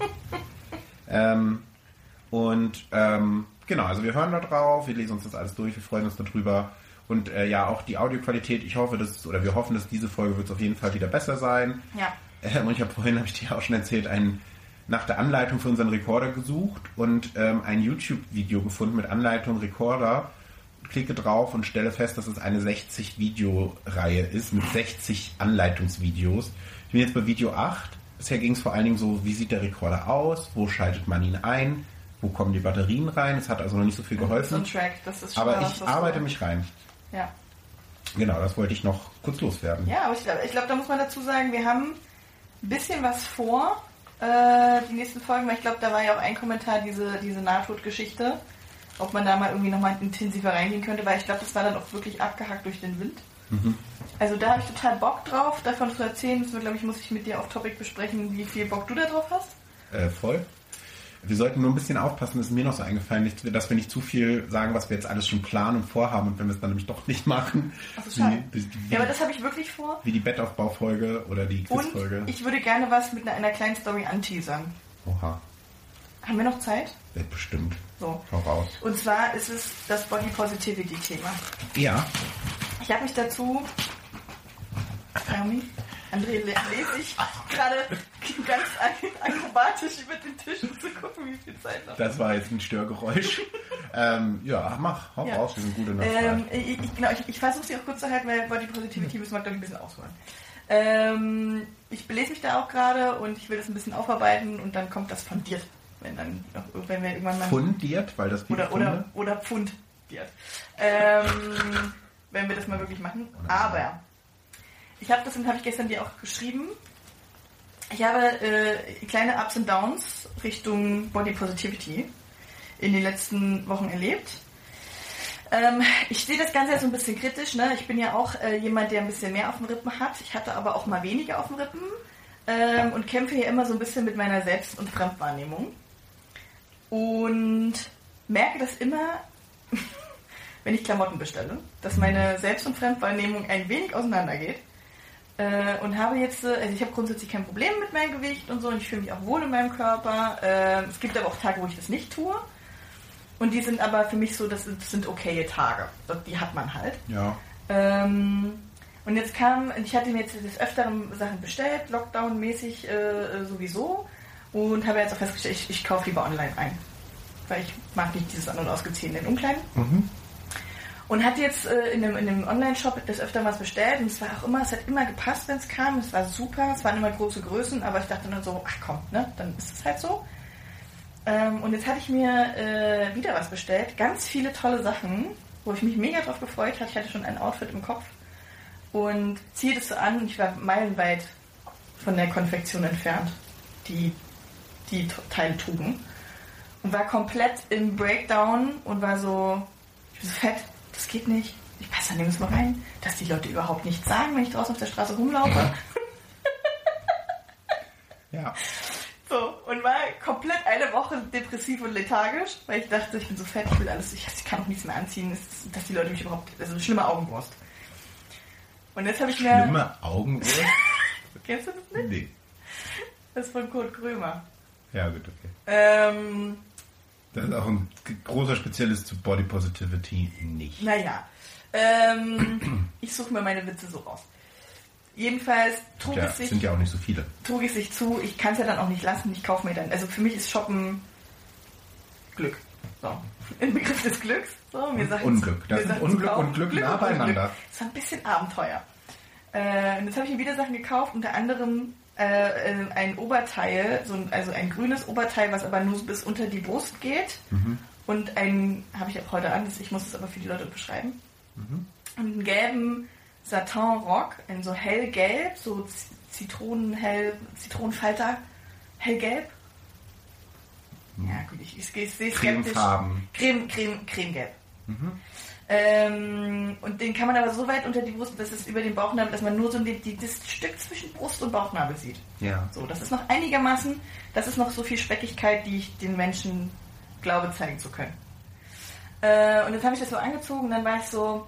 Genau, also wir hören da drauf, wir lesen uns das alles durch, wir freuen uns darüber. Und auch die Audioqualität, wir hoffen, dass diese Folge wird auf jeden Fall wieder besser sein. Ja. Und habe ich dir auch schon erzählt, nach der Anleitung für unseren Rekorder gesucht und ein YouTube-Video gefunden mit Anleitung Rekorder. Klicke drauf und stelle fest, dass es eine 60-Video-Reihe ist mit 60 Anleitungsvideos. Ich bin jetzt bei Video 8. Bisher ging es vor allen Dingen so, wie sieht der Rekorder aus, wo schaltet man ihn ein, wo kommen die Batterien rein. Es hat also noch nicht so viel geholfen. So ein Track, das ist schon aber ich arbeite mich rein. Ja. Genau, das wollte ich noch kurz loswerden. Ja, aber ich glaube, da muss man dazu sagen, wir haben ein bisschen was vor, die nächsten Folgen, weil ich glaube, da war ja auch ein Kommentar, diese Nahtodgeschichte, ob man da mal irgendwie nochmal intensiver reingehen könnte, weil ich glaube, das war dann auch wirklich abgehackt durch den Wind. Also da habe ich total Bock drauf, davon zu erzählen. Muss ich mit dir auf Topic besprechen, wie viel Bock du da drauf hast. Voll. Wir sollten nur ein bisschen aufpassen, das ist mir noch so eingefallen, dass wir nicht zu viel sagen, was wir jetzt alles schon planen und vorhaben und wenn wir es dann nämlich doch nicht machen. Achso, schade. Ja, aber das habe ich wirklich vor. Wie die Bettaufbaufolge oder die Quizfolge. Und ich würde gerne was mit einer kleinen Story anteasern. Oha. Haben wir noch Zeit? Bestimmt. So. Hau raus. Und zwar ist es das Body Positivity Thema. Ja. Ich habe mich dazu... André lese ich gerade ganz akrobatisch über den Tisch, um zu gucken, wie viel Zeit noch. Das war jetzt ein Störgeräusch. Hau raus, wir sind gut in der Zeit. Ich versuche sie auch kurz zu halten, weil Body Positivity müssen wir, glaube ich, ein bisschen ausholen. Ich belese mich da auch gerade und ich will das ein bisschen aufarbeiten und dann kommt das fundiert. Wenn wir irgendwann mal... Fundiert, weil das oder pfundiert. Wenn wir das mal wirklich machen. Aber... Ich habe ich gestern dir auch geschrieben. Ich habe kleine Ups und Downs Richtung Body Positivity in den letzten Wochen erlebt. Ich sehe das Ganze jetzt so ein bisschen kritisch. Ne? Ich bin ja auch jemand, der ein bisschen mehr auf den Rippen hat. Ich hatte aber auch mal weniger auf den Rippen und kämpfe hier immer so ein bisschen mit meiner Selbst- und Fremdwahrnehmung. Und merke das immer, wenn ich Klamotten bestelle, dass meine Selbst- und Fremdwahrnehmung ein wenig auseinandergeht. Und habe jetzt, ich habe grundsätzlich kein Problem mit meinem Gewicht und so und ich fühle mich auch wohl in meinem Körper. Es gibt aber auch Tage, wo ich das nicht tue. Und die sind aber für mich so, das sind okaye Tage. Die hat man halt. Ja. Und jetzt ich hatte mir jetzt des Öfteren Sachen bestellt, Lockdown-mäßig sowieso. Und habe jetzt auch festgestellt, ich kaufe lieber online ein. Weil ich mag nicht dieses An- und Ausgeziehen in den Umkleiden. Mhm. Und hatte jetzt in einem Online-Shop des Öfteren was bestellt. Und es hat immer gepasst, wenn es kam. Es war super, es waren immer große Größen. Aber ich dachte dann so, ach komm, ne, dann ist es halt so. Und jetzt hatte ich mir wieder was bestellt. Ganz viele tolle Sachen, wo ich mich mega drauf gefreut hatte. Ich hatte schon ein Outfit im Kopf. Und ziehe das so an und ich war meilenweit von der Konfektion entfernt, die Teile trugen. Und war komplett im Breakdown und war so, ich bin so fett, das geht nicht. Ich passe da nirgends mal rein, dass die Leute überhaupt nichts sagen, wenn ich draußen auf der Straße rumlaufe. Ja. So, und war komplett eine Woche depressiv und lethargisch, weil ich dachte, ich bin so fett, ich will alles, ich kann auch nichts mehr anziehen, dass die Leute mich überhaupt, also schlimme Augenwurst. Und jetzt habe ich mir... Schlimme Augenwurst? Kennst du das nicht? Nee. Das ist von Kurt Krömer. Ja, gut, okay. Das ist auch ein großer Spezialist zu Body Positivity nicht. Naja, ich suche mir meine Witze so raus. Jedenfalls trug sind ja auch nicht so viele. Trug es sich zu, ich kann es ja dann auch nicht lassen, ich kaufe mir dann, also für mich ist Shoppen Glück. So, im Begriff des Glücks. So, Unglück. Das sind Unglück und Glück nah beieinander. Das war ein bisschen Abenteuer. Und jetzt habe ich mir wieder Sachen gekauft, unter anderem ein Oberteil, also ein grünes Oberteil, was aber nur bis unter die Brust geht. Mhm. Und habe ich auch heute an, ich muss es aber für die Leute beschreiben. Mhm. Und einen gelben Satin-Rock, in so hellgelb, so Zitronenfalter, hellgelb. Ja gut, ich sehe skeptisch. Cremefarben. Cremegelb. Mhm. Und den kann man aber so weit unter die Brust, dass es über den Bauchnabel, dass man nur so das Stück zwischen Brust und Bauchnabel sieht. Ja. So, das ist noch einigermaßen, das ist noch so viel Speckigkeit, die ich den Menschen glaube zeigen zu können. Und jetzt habe ich das so angezogen und dann war ich so,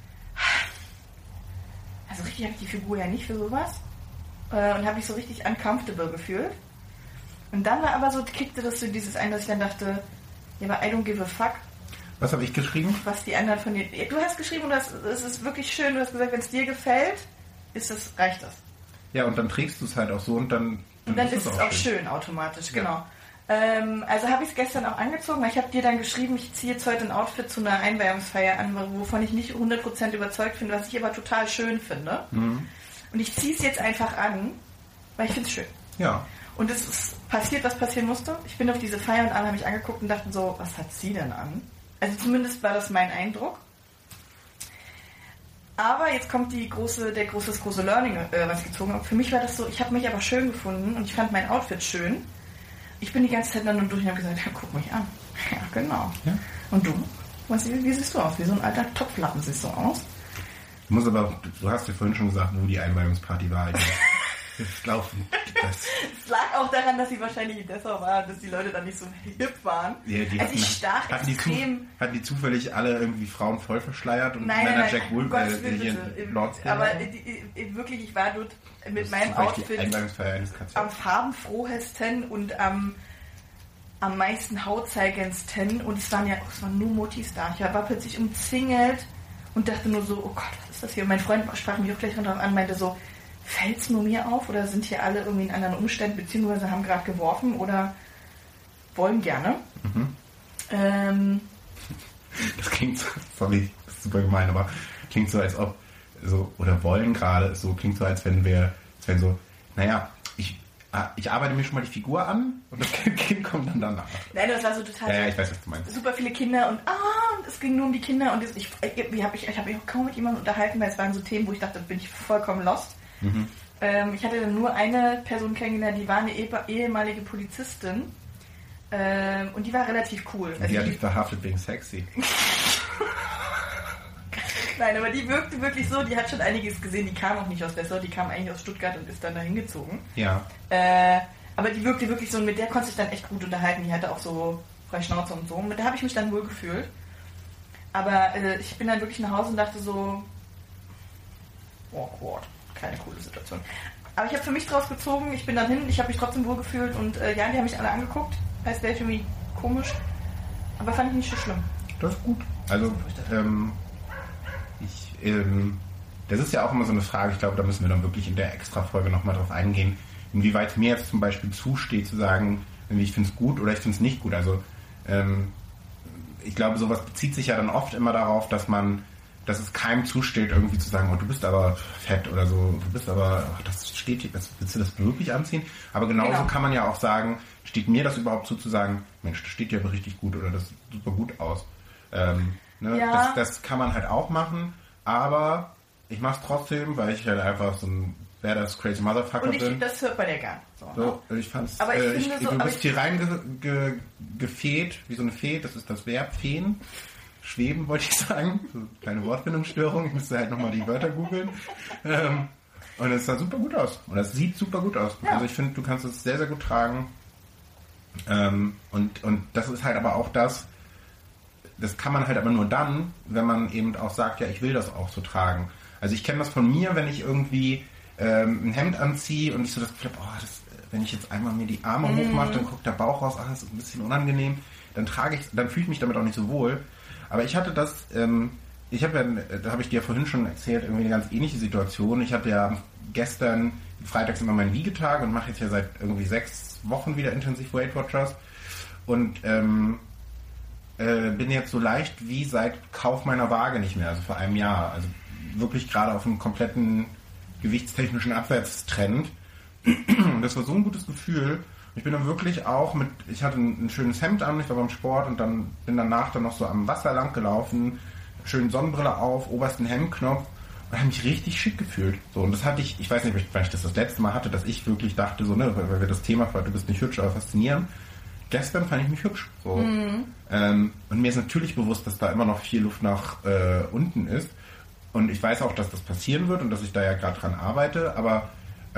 also richtig habe ich die Figur ja nicht für sowas. Und habe mich so richtig uncomfortable gefühlt. Und dann war aber so, kickte das so dieses ein, dass ich dann dachte, ja, aber I don't give a fuck. Was habe ich geschrieben? Was die anderen von dir... Du hast geschrieben, das ist wirklich schön, du hast gesagt, wenn es dir gefällt, reicht das. Ja, und dann trägst du es halt auch so und dann ist es auch schön automatisch, genau. Also habe ich es gestern auch angezogen, weil ich habe dir dann geschrieben, ich ziehe jetzt heute ein Outfit zu einer Einweihungsfeier an, wovon ich nicht 100% überzeugt finde, was ich aber total schön finde. Mhm. Und ich ziehe es jetzt einfach an, weil ich finde es schön. Ja. Und es ist passiert, was passieren musste. Ich bin auf diese Feier und alle haben mich angeguckt und dachten so, was hat sie denn an? Also zumindest war das mein Eindruck. Aber jetzt kommt das große Learning, was ich gezogen habe. Für mich war das so, ich habe mich aber schön gefunden und ich fand mein Outfit schön. Ich bin die ganze Zeit dann durch und habe gesagt, ja, guck mich an. Ja, genau. Ja. Und du? Wie siehst du aus? Wie so ein alter Topflappen siehst du aus? Du hast ja vorhin schon gesagt, wo die Einweihungsparty war. Ich glaube, es lag auch daran, dass sie wahrscheinlich in Dessau war, dass die Leute dann nicht so hip waren. Ja, ich stach extrem... Hatten die zufällig alle irgendwie Frauen voll verschleiert und Männer Jack Wolf hier in Lords? Aber wirklich, ich war dort mit meinem Outfit am farbenfrohesten und am meisten hautzeigendsten und es waren nur Motis da. Ich war plötzlich umzingelt und dachte nur so, oh Gott, was ist das hier? Und mein Freund sprach mich auch gleich darauf an, meinte so, fällt es nur mir auf oder sind hier alle irgendwie in anderen Umständen, beziehungsweise haben gerade geworfen oder wollen gerne? Mhm. Das klingt so, sorry, das ist super gemein, aber klingt so, als ob, so, oder wollen gerade, so klingt so, als wenn so, naja, ich arbeite mir schon mal die Figur an und das Kind kommt dann danach. Nein, das war so total... Ja, ich weiß, was du meinst. Super viele Kinder und es ging nur um die Kinder und ich habe mich auch kaum mit jemandem unterhalten, weil es waren so Themen, wo ich dachte, da bin ich vollkommen lost. Mhm. Ich hatte dann nur eine Person kennengelernt, die war eine ehemalige Polizistin und die war relativ cool. Also die hat dich verhaftet wegen sexy. Nein, aber die wirkte wirklich so, die hat schon einiges gesehen, die kam auch nicht aus Dessau, die kam eigentlich aus Stuttgart und ist dann dahin gezogen. Ja. Aber die wirkte wirklich so, und mit der konnte ich dann echt gut unterhalten, die hatte auch so freie Schnauze und so, und mit der habe ich mich dann wohl gefühlt. Aber ich bin dann wirklich nach Hause und dachte so, awkward. Keine coole Situation. Aber ich habe für mich draus gezogen, ich bin dann hin, ich habe mich trotzdem wohl gefühlt und die haben mich alle angeguckt, als wäre ich irgendwie komisch. Aber fand ich nicht so schlimm. Das ist gut. Also, das ist ja auch immer so eine Frage, ich glaube, da müssen wir dann wirklich in der Extra-Folge nochmal drauf eingehen, inwieweit mir jetzt zum Beispiel zusteht, zu sagen, ich finde es gut oder ich finde es nicht gut. Also, ich glaube, sowas bezieht sich ja dann oft immer darauf, dass es keinem zusteht, irgendwie zu sagen, oh, du bist aber fett oder so, du bist aber, ach, das steht dir, willst du das wirklich anziehen? Aber genauso kann man ja auch sagen, steht mir das überhaupt zu sagen, Mensch, das steht dir aber richtig gut oder das sieht super gut aus. Das kann man halt auch machen, aber ich mach's trotzdem, weil ich halt einfach so ein badass crazy Motherfucker bin. Und das hört bei der gar nicht. So, ich fand's, aber du bist hier reingefeht, wie so eine Fee, das ist das Verb, feen. Schweben, wollte ich sagen. So eine kleine Wortfindungsstörung. Ich müsste halt nochmal die Wörter googeln. Und es sah super gut aus. Und es sieht super gut aus. Ja. Also ich finde, du kannst es sehr, sehr gut tragen. Und das ist halt aber auch das kann man halt aber nur dann, wenn man eben auch sagt, ja, ich will das auch so tragen. Also ich kenne das von mir, wenn ich irgendwie ein Hemd anziehe und ich so das Gefühl habe, wenn ich jetzt einmal mir die Arme hochmache, dann guckt der Bauch raus, das ist ein bisschen unangenehm. Dann fühle ich mich damit auch nicht so wohl. Aber ich hatte das, da habe ich dir vorhin schon erzählt, irgendwie eine ganz ähnliche Situation. Ich hatte ja gestern, freitags immer meinen Wiegetag und mache jetzt ja seit irgendwie 6 Wochen wieder intensiv Weight Watchers und bin jetzt so leicht wie seit Kauf meiner Waage nicht mehr, also vor einem Jahr. Also wirklich gerade auf einem kompletten gewichtstechnischen Abwärtstrend. Das war so ein gutes Gefühl. Ich bin dann wirklich auch ich hatte ein schönes Hemd an, ich war beim Sport und dann bin danach dann noch so am Wasser lang gelaufen, schön Sonnenbrille auf, obersten Hemdknopf und habe mich richtig schick gefühlt. So, und das hatte ich weiß nicht, wann ich das letzte Mal hatte, dass ich wirklich dachte, so, ne, weil wir das Thema, du bist nicht hübsch, aber faszinierend. Gestern fand ich mich hübsch. So. Und mir ist natürlich bewusst, dass da immer noch viel Luft nach unten ist. Und ich weiß auch, dass das passieren wird und dass ich da ja gerade dran arbeite, aber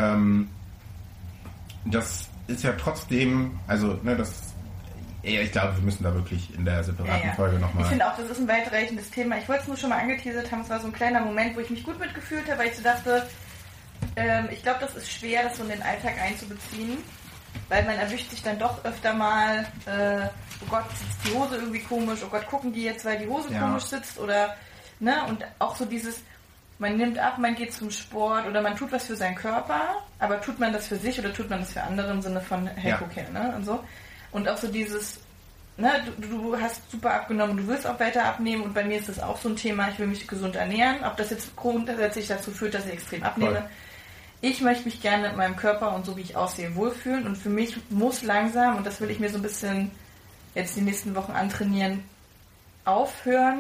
das ist ja trotzdem, also, ne, ich glaube, wir müssen da wirklich in der separaten Folge nochmal... Ich finde auch, das ist ein weitreichendes Thema. Ich wollte es nur schon mal angeteasert haben. Es war so ein kleiner Moment, wo ich mich gut mitgefühlt habe, weil ich so dachte, ich glaube, das ist schwer, das so in den Alltag einzubeziehen, weil man erwischt sich dann doch öfter mal, oh Gott, sitzt die Hose irgendwie komisch, oh Gott, gucken die jetzt, weil die Hose komisch sitzt oder, ne, und auch so dieses... Man nimmt ab, man geht zum Sport oder man tut was für seinen Körper, aber tut man das für sich oder tut man das für andere im Sinne von hey, okay, ne? Und so. Und auch so dieses, ne, du hast super abgenommen, du willst auch weiter abnehmen und bei mir ist das auch so ein Thema, ich will mich gesund ernähren, ob das jetzt grundsätzlich dazu führt, dass ich extrem abnehme. Voll. Ich möchte mich gerne mit meinem Körper und so wie ich aussehe wohlfühlen und für mich muss langsam, und das will ich mir so ein bisschen jetzt die nächsten Wochen antrainieren, aufhören,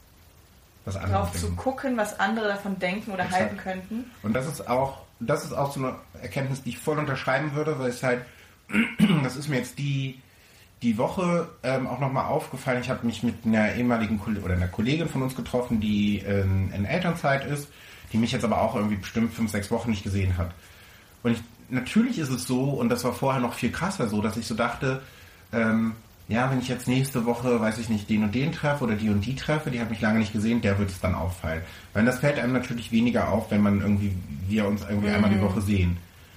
drauf zu gucken, was andere davon denken oder halten könnten. Und das ist auch so eine Erkenntnis, die ich voll unterschreiben würde, weil es halt, das ist mir jetzt die Woche auch nochmal aufgefallen. Ich habe mich mit einer ehemaligen oder einer Kollegin von uns getroffen, die in Elternzeit ist, die mich jetzt aber auch irgendwie bestimmt 5-6 Wochen nicht gesehen hat. Und natürlich ist es so, und das war vorher noch viel krasser so, dass ich so dachte, wenn ich jetzt nächste Woche, weiß ich nicht, den und den treffe oder die und die treffe, die hat mich lange nicht gesehen, der wird es dann auffallen. Weil das fällt einem natürlich weniger auf, wenn wir uns irgendwie einmal die Woche sehen.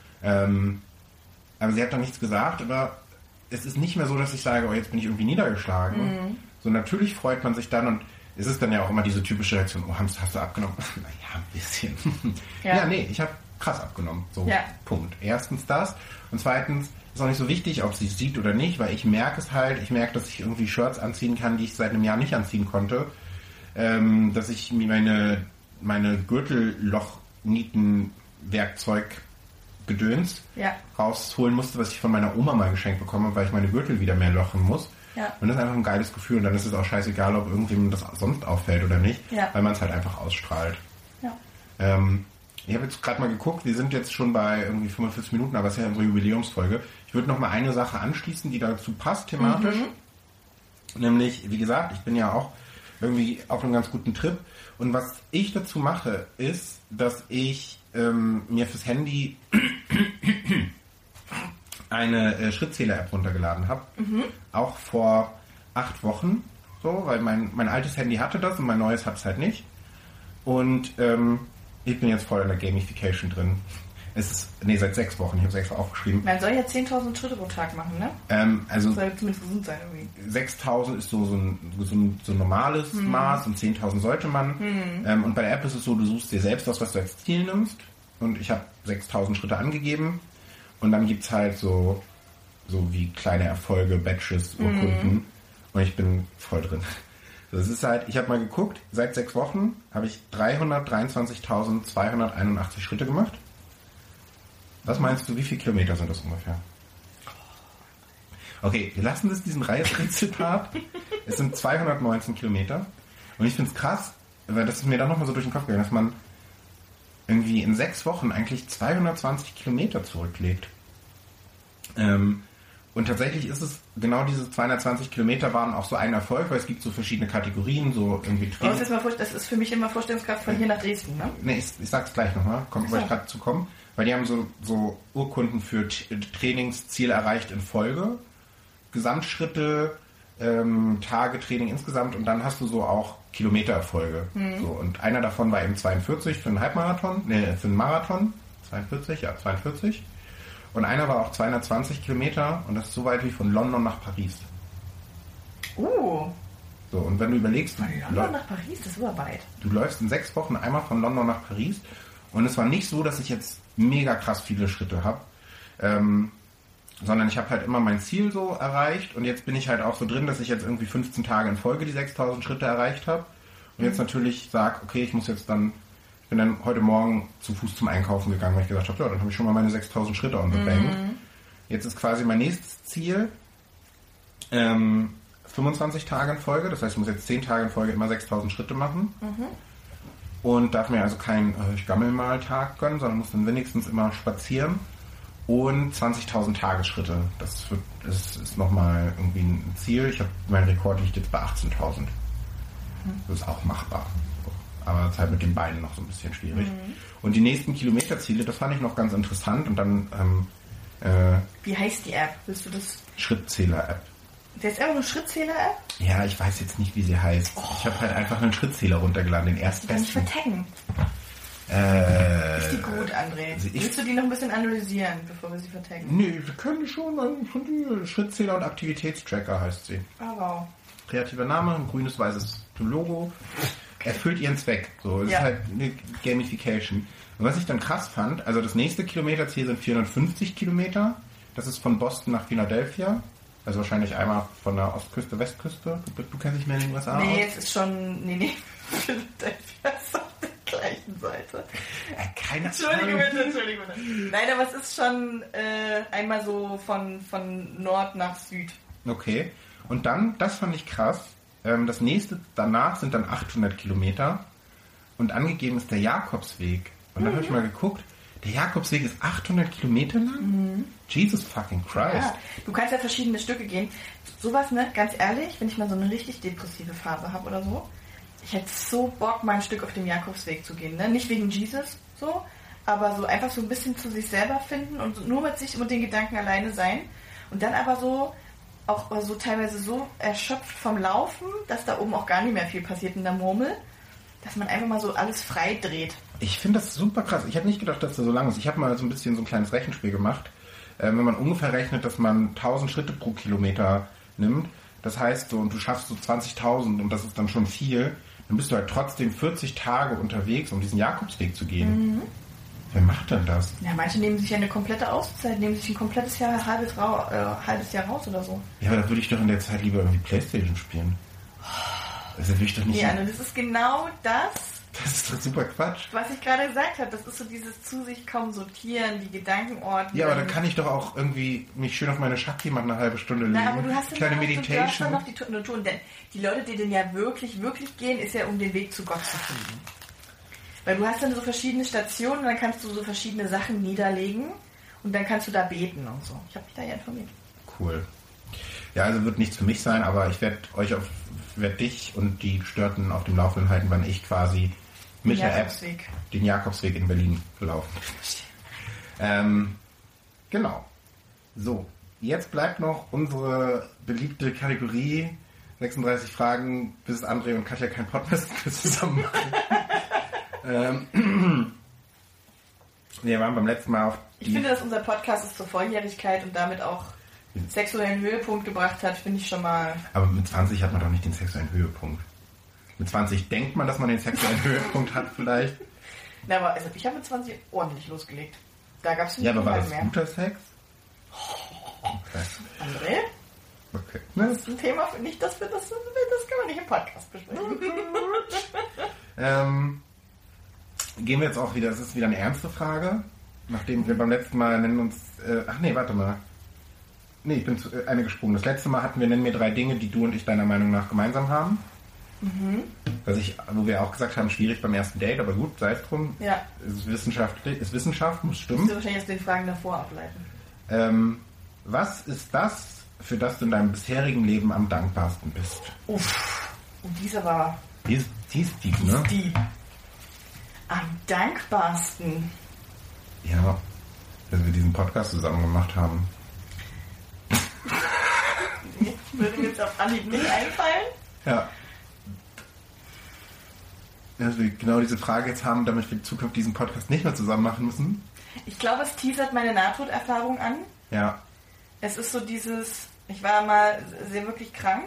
Aber sie hat da nichts gesagt, aber es ist nicht mehr so, dass ich sage, oh, jetzt bin ich irgendwie niedergeschlagen. So, natürlich freut man sich dann und es ist dann ja auch immer diese typische Reaktion, oh, hast du abgenommen? Naja, ein bisschen. Ja, nee, ich habe krass abgenommen. So, Punkt. Erstens das und zweitens, ist auch nicht so wichtig, ob sie es sieht oder nicht, weil ich merke es halt, dass ich irgendwie Shirts anziehen kann, die ich seit einem Jahr nicht anziehen konnte, dass ich mir meine Gürtelloch-Nieten-Werkzeug gedöns rausholen musste, was ich von meiner Oma mal geschenkt bekomme, weil ich meine Gürtel wieder mehr lochen muss. Ja. Und das ist einfach ein geiles Gefühl und dann ist es auch scheißegal, ob irgendwem das sonst auffällt oder nicht, weil man es halt einfach ausstrahlt. Ja. Ich habe jetzt gerade mal geguckt, wir sind jetzt schon bei irgendwie 45 Minuten, aber es ist ja unsere Jubiläumsfolge. Ich würde noch mal eine Sache anschließen, die dazu passt thematisch. Nämlich, wie gesagt, ich bin ja auch irgendwie auf einem ganz guten Trip. Und was ich dazu mache, ist, dass ich mir fürs Handy eine Schrittzähler-App runtergeladen habe. Auch vor 8 Wochen. So, weil mein altes Handy hatte das und mein neues hat es halt nicht. Und ich bin jetzt voll in der Gamification drin. Seit 6 Wochen. Ich habe es extra aufgeschrieben. Man soll ja 10.000 Schritte pro Tag machen, ne? Also soll zumindest gesund sein irgendwie. 6.000 ist so ein normales Maß und 10.000 sollte man. Und bei der App ist es so, du suchst dir selbst was du als Ziel nimmst. Und ich habe 6.000 Schritte angegeben. Und dann gibt es halt so wie kleine Erfolge, Badges, Urkunden. Und ich bin voll drin. Das ist halt, ich habe mal geguckt, seit 6 Wochen habe ich 323.281 Schritte gemacht. Was meinst du, wie viele Kilometer sind das ungefähr? Okay, wir lassen diesen Rätselpart. Es sind 219 Kilometer. Und ich finde es krass, weil das ist mir dann nochmal so durch den Kopf gegangen, dass man irgendwie in 6 Wochen eigentlich 220 Kilometer zurücklegt. Und tatsächlich ist es, genau diese 220 Kilometer waren auch so ein Erfolg, weil es gibt so verschiedene Kategorien, so irgendwie das ist für mich immer Vorstellungskraft von hier nach Dresden, ne? Nee, ich sag's gleich nochmal, wollte ich gerade zu kommen. Weil die haben so Urkunden für Trainingsziel erreicht in Folge, Gesamtschritte, Tage Training insgesamt und dann hast du so auch Kilometererfolge. So, und einer davon war eben 42 für einen Halbmarathon, für einen Marathon. 42. Und einer war auch 220 Kilometer und das ist so weit wie von London nach Paris. So, und wenn du überlegst... Von London nach Paris, das ist aber weit. Du läufst in 6 Wochen einmal von London nach Paris und es war nicht so, dass ich jetzt mega krass viele Schritte habe, sondern ich habe halt immer mein Ziel so erreicht und jetzt bin ich halt auch so drin, dass ich jetzt irgendwie 15 Tage in Folge die 6.000 Schritte erreicht habe und jetzt natürlich sage, okay, ich bin dann heute Morgen zu Fuß zum Einkaufen gegangen, weil ich gesagt habe, ja, dann habe ich schon mal meine 6.000 Schritte on the bank. Jetzt ist quasi mein nächstes Ziel 25 Tage in Folge, das heißt, ich muss jetzt 10 Tage in Folge immer 6.000 Schritte machen und darf mir also keinen ich gammel mal Tag gönnen, sondern muss dann wenigstens immer spazieren und 20.000 Tagesschritte. Das ist nochmal irgendwie ein Ziel. Mein Rekord liegt jetzt bei 18.000. Das ist auch machbar. Aber es ist halt mit den Beinen noch so ein bisschen schwierig. Und die nächsten Kilometerziele, das fand ich noch ganz interessant. Und dann... wie heißt die App? Willst du das? Schrittzähler-App. Das ist einfach eine Schrittzähler-App? Ja, ich weiß jetzt nicht, wie sie heißt. Ich habe halt einfach einen Schrittzähler runtergeladen, den erstbesten. Die kann ich vertaggen. Ist die gut, André? Willst du die noch ein bisschen analysieren, bevor wir sie vertaggen? Nee, wir können schon die Schrittzähler und Aktivitätstracker heißt sie. Oh, wow. Kreativer Name, ein grünes, weißes Logo. Erfüllt ihren Zweck. So, es ist halt eine Gamification. Und was ich dann krass fand, also das nächste Kilometerziel sind 450 Kilometer. Das ist von Boston nach Philadelphia. Also wahrscheinlich einmal von der Ostküste, Westküste. Du kennst dich mehr in den USA aus? Nee, es ist schon... Nee. Philadelphia ist auf der gleichen Seite. Keine Entschuldigung bitte. Nein, aber es ist schon einmal so von Nord nach Süd. Okay. Und dann, das fand ich krass, das nächste danach sind dann 800 Kilometer und angegeben ist der Jakobsweg. Und dann habe ich mal geguckt, der Jakobsweg ist 800 Kilometer lang? Jesus fucking Christ. Ja, du kannst ja verschiedene Stücke gehen. Sowas, ne, ganz ehrlich, wenn ich mal so eine richtig depressive Phase habe oder so, ich hätte so Bock, mal ein Stück auf dem Jakobsweg zu gehen. Ne? Nicht wegen Jesus, so, aber so einfach so ein bisschen zu sich selber finden und nur mit sich und den Gedanken alleine sein. Und dann aber so auch so teilweise so erschöpft vom Laufen, dass da oben auch gar nicht mehr viel passiert in der Murmel, dass man einfach mal so alles frei dreht. Ich finde das super krass. Ich hätte nicht gedacht, dass das so lang ist. Ich habe mal so ein bisschen so ein kleines Rechenspiel gemacht. Wenn man ungefähr rechnet, dass man 1000 Schritte pro Kilometer nimmt, das heißt so, und du schaffst so 20.000 und das ist dann schon viel, dann bist du halt trotzdem 40 Tage unterwegs, um diesen Jakobsweg zu gehen. Wer macht denn das? Ja, manche nehmen sich ja eine komplette Auszeit, nehmen sich ein komplettes Jahr, halbes Jahr raus oder so. Ja, aber da würde ich doch in der Zeit lieber irgendwie Playstation spielen. Das will ich doch nicht. Ja, das ist genau das. Das ist doch super Quatsch. Was ich gerade gesagt habe, das ist so dieses zu sich kommen, sortieren, die Gedankenordnung. Ja, aber dann kann ich doch auch irgendwie mich schön auf meine Shakti machen, eine halbe Stunde legen. Na, aber du hast kleine Meditation. Du hast dann noch die Touren, denn die Leute, die den ja wirklich, wirklich gehen, ist ja um den Weg zu Gott zu finden. Weil du hast dann so verschiedene Stationen und dann kannst du so verschiedene Sachen niederlegen und dann kannst du da beten und so. Ich habe mich da ja informiert. Cool. Ja, also wird nichts für mich sein, aber ich werde dich und die Gestörten auf dem Laufenden halten, wann ich quasi mit der App den Jakobsweg in Berlin laufen. Genau. So, jetzt bleibt noch unsere beliebte Kategorie 36 Fragen, bis André und Katja kein Podcast zusammen machen. Wir waren beim letzten Mal auf Ich finde, dass unser Podcast es zur Volljährigkeit und damit auch sexuellen Höhepunkt gebracht hat, finde ich schon mal... Aber mit 20 hat man doch nicht den sexuellen Höhepunkt. Mit 20 denkt man, dass man den sexuellen Höhepunkt hat vielleicht. Na, aber also ich habe mit 20 ordentlich losgelegt. Da gab es nicht Ja, aber war das mehr. guter Sex? Okay. André? Okay. Das ist ein Thema, nicht, das kann man nicht im Podcast besprechen. Gehen wir jetzt auch wieder, das ist wieder eine ernste Frage, nachdem wir beim letzten Mal nennen uns, warte mal. Nee, ich bin zu eine gesprungen. Das letzte Mal hatten wir, nennen mir 3 Dinge, die du und ich deiner Meinung nach gemeinsam haben. Wo wir auch gesagt haben, schwierig beim ersten Date, aber gut, sei es drum. Ja. Ist Wissenschaft, muss stimmen. Musst du wahrscheinlich aus den Fragen davor ableiten. Was ist das, für das du in deinem bisherigen Leben am dankbarsten bist? Uff. Und dieser war... Die ist deep, ne? Die. Am dankbarsten. Ja, dass wir diesen Podcast zusammen gemacht haben. Würde mir jetzt auf Anhieb nicht einfallen. Ja. Dass wir genau diese Frage jetzt haben, damit wir in Zukunft diesen Podcast nicht mehr zusammen machen müssen. Ich glaube, es teasert meine Nahtoderfahrung an. Ja. Es ist so dieses, ich war mal sehr wirklich krank.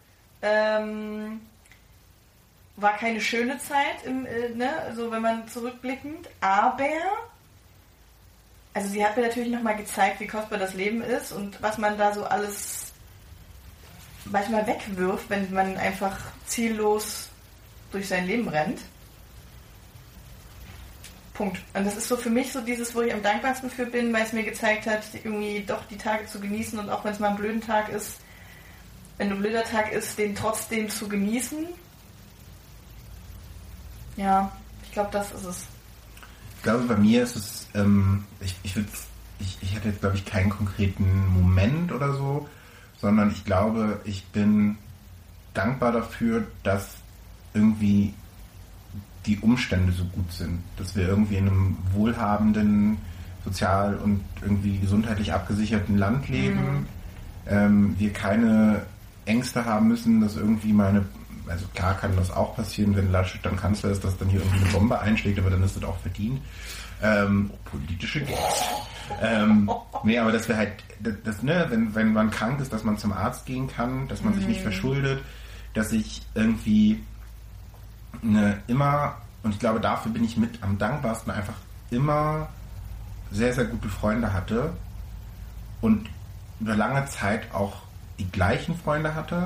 War keine schöne Zeit, so wenn man zurückblickend, aber also sie hat mir natürlich nochmal gezeigt, wie kostbar das Leben ist und was man da so alles manchmal wegwirft, wenn man einfach ziellos durch sein Leben rennt. Punkt. Und das ist so für mich so dieses, wo ich am dankbarsten für bin, weil es mir gezeigt hat, irgendwie doch die Tage zu genießen und auch wenn es mal ein blöder Tag ist, den trotzdem zu genießen. Ja, ich glaube, das ist es. Ich glaube, bei mir ist es, ich hatte jetzt, glaube ich, keinen konkreten Moment oder so, sondern ich glaube, ich bin dankbar dafür, dass irgendwie die Umstände so gut sind, dass wir irgendwie in einem wohlhabenden, sozial und irgendwie gesundheitlich abgesicherten Land leben, wir keine Ängste haben müssen, dass irgendwie also klar kann das auch passieren, wenn Laschet dann Kanzler ist, dass dann hier irgendwie eine Bombe einschlägt, aber dann ist das auch verdient. Politische Gags. Nee, aber dass wir halt, wenn man krank ist, dass man zum Arzt gehen kann, dass man sich nicht verschuldet, dass ich irgendwie immer, und ich glaube, dafür bin ich mit am dankbarsten, einfach immer sehr, sehr gute Freunde hatte und über lange Zeit auch die gleichen Freunde hatte,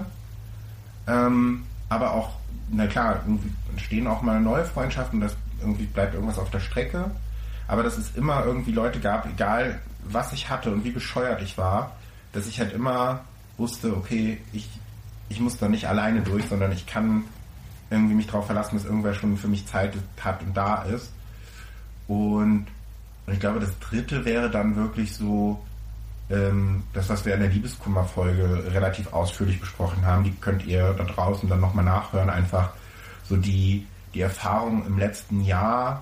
aber auch, na klar, irgendwie entstehen auch mal neue Freundschaften, das irgendwie bleibt irgendwas auf der Strecke, aber dass es immer irgendwie Leute gab, egal was ich hatte und wie bescheuert ich war, dass ich halt immer wusste, okay, ich muss da nicht alleine durch, sondern ich kann irgendwie mich darauf verlassen, dass irgendwer schon für mich Zeit hat und da ist. Und ich glaube, das dritte wäre dann wirklich so, das, was wir in der Liebeskummer-Folge relativ ausführlich besprochen haben, die könnt ihr da draußen dann nochmal nachhören, einfach so die Erfahrung im letzten Jahr,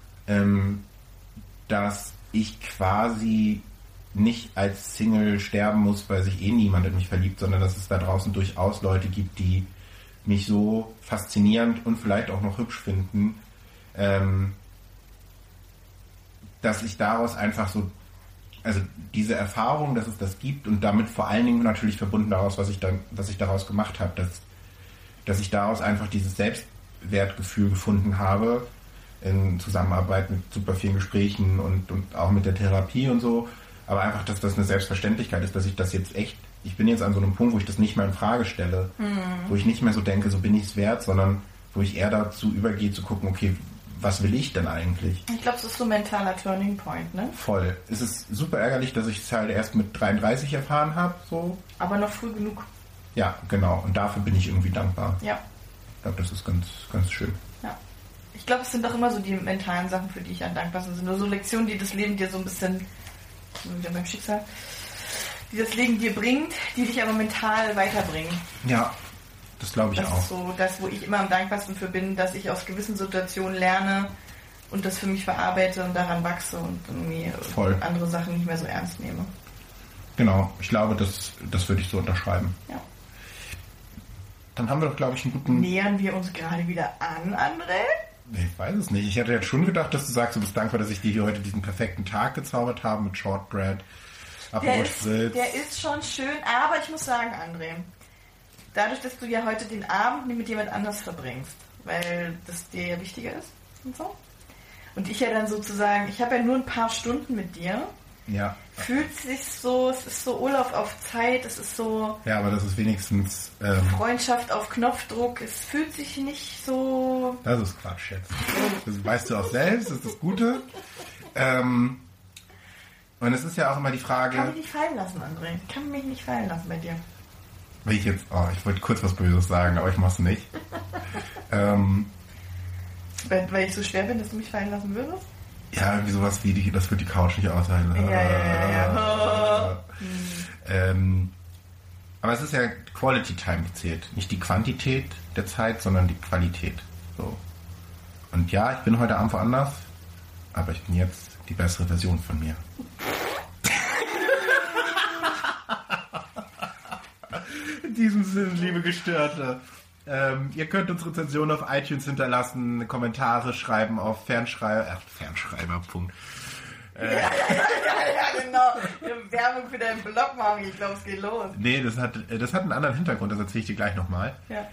dass ich quasi nicht als Single sterben muss, weil sich niemand in mich verliebt, sondern dass es da draußen durchaus Leute gibt, die mich so faszinierend und vielleicht auch noch hübsch finden, dass ich daraus einfach so, also diese Erfahrung, dass es das gibt und damit vor allen Dingen natürlich verbunden daraus, was ich daraus gemacht habe, dass ich daraus einfach dieses Selbstwertgefühl gefunden habe, in Zusammenarbeit mit super vielen Gesprächen und auch mit der Therapie und so, aber einfach, dass das eine Selbstverständlichkeit ist, dass ich das jetzt echt, ich bin jetzt an so einem Punkt, wo ich das nicht mehr in Frage stelle, wo ich nicht mehr so denke, so bin ich es wert, sondern wo ich eher dazu übergehe zu gucken, okay, was will ich denn eigentlich? Ich glaube, es ist so ein mentaler Turning Point, ne? Voll. Es ist super ärgerlich, dass ich es halt erst mit 33 erfahren habe, so. Aber noch früh genug. Ja, genau. Und dafür bin ich irgendwie dankbar. Ja. Ich glaube, das ist ganz, ganz schön. Ja. Ich glaube, es sind doch immer so die mentalen Sachen, für die ich am dankbarsten bin. Nur so Lektionen, die das Leben dir so ein bisschen, wieder beim Schicksal, die das Leben dir bringt, die dich aber mental weiterbringen. Ja, das glaube ich auch. Das ist so das, wo ich immer am dankbarsten für bin, dass ich aus gewissen Situationen lerne und das für mich verarbeite und daran wachse und irgendwie andere Sachen nicht mehr so ernst nehme. Genau, ich glaube, das würde ich so unterschreiben. Ja. Dann haben wir doch, glaube ich, einen guten... Nähern wir uns gerade wieder an, André? Ich weiß es nicht. Ich hätte jetzt schon gedacht, dass du sagst, du bist dankbar, dass ich dir hier heute diesen perfekten Tag gezaubert habe mit Shortbread, Aperol Spritz. Der ist schon schön, aber ich muss sagen, André, dadurch, dass du ja heute den Abend mit jemand anders verbringst, weil das dir ja wichtiger ist und so, und ich ja dann sozusagen, ich habe ja nur ein paar Stunden mit dir, ja. Fühlt sich so, es ist so Urlaub auf Zeit, es ist so... Ja, aber das ist wenigstens... Freundschaft auf Knopfdruck, es fühlt sich nicht so... Das ist Quatsch jetzt. Das weißt du auch selbst, das ist das Gute. Und es ist ja auch immer die Frage... Ich kann mich nicht fallen lassen, André. Ich kann mich nicht fallen lassen bei dir. Ich wollte kurz was Böses sagen, aber ich mach's nicht. Weil ich so schwer bin, dass du mich fallen lassen würdest? Ja, irgendwie sowas wie, das wird die Couch nicht aushalten. Ja. Aber es ist ja Quality Time gezählt. Nicht die Quantität der Zeit, sondern die Qualität. So. Und ja, ich bin heute Abend woanders, aber ich bin jetzt die bessere Version von mir. In diesem Sinne, liebe Gestörte. Ihr könnt uns Rezensionen auf iTunes hinterlassen, Kommentare schreiben auf Fernschreiber. Ja, genau. Werbung für deinen Blog machen, ich glaube, es geht los. Nee, das hat einen anderen Hintergrund, das erzähle ich dir gleich nochmal. Ja.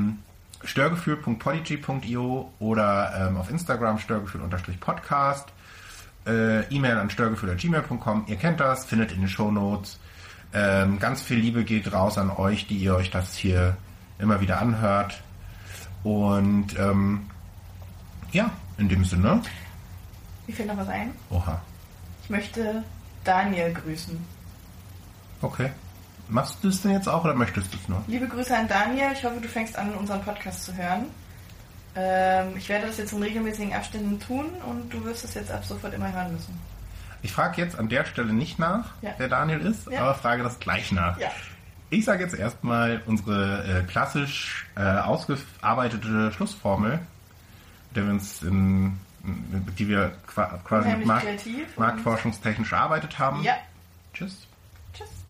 Störgefühl.podigy.io oder auf Instagram störgefühl_podcast. E-Mail an störgefühl@gmail.com. Ihr kennt das, findet in den Shownotes. Ganz viel Liebe geht raus an euch, die ihr euch das hier immer wieder anhört. Und ja, in dem Sinne. Mir fällt noch was ein. Oha. Ich möchte Daniel grüßen. Okay. Machst du es denn jetzt auch oder möchtest du es nur? Liebe Grüße an Daniel. Ich hoffe, du fängst an, unseren Podcast zu hören. Ich werde das jetzt in regelmäßigen Abständen tun und du wirst es jetzt ab sofort immer hören müssen. Ich frage jetzt an der Stelle nicht nach, wer Daniel ist, aber frage das gleich nach. Ja. Ich sage jetzt erstmal unsere klassisch ausgearbeitete Schlussformel, die wir quasi marktforschungstechnisch erarbeitet haben. Ja. Tschüss.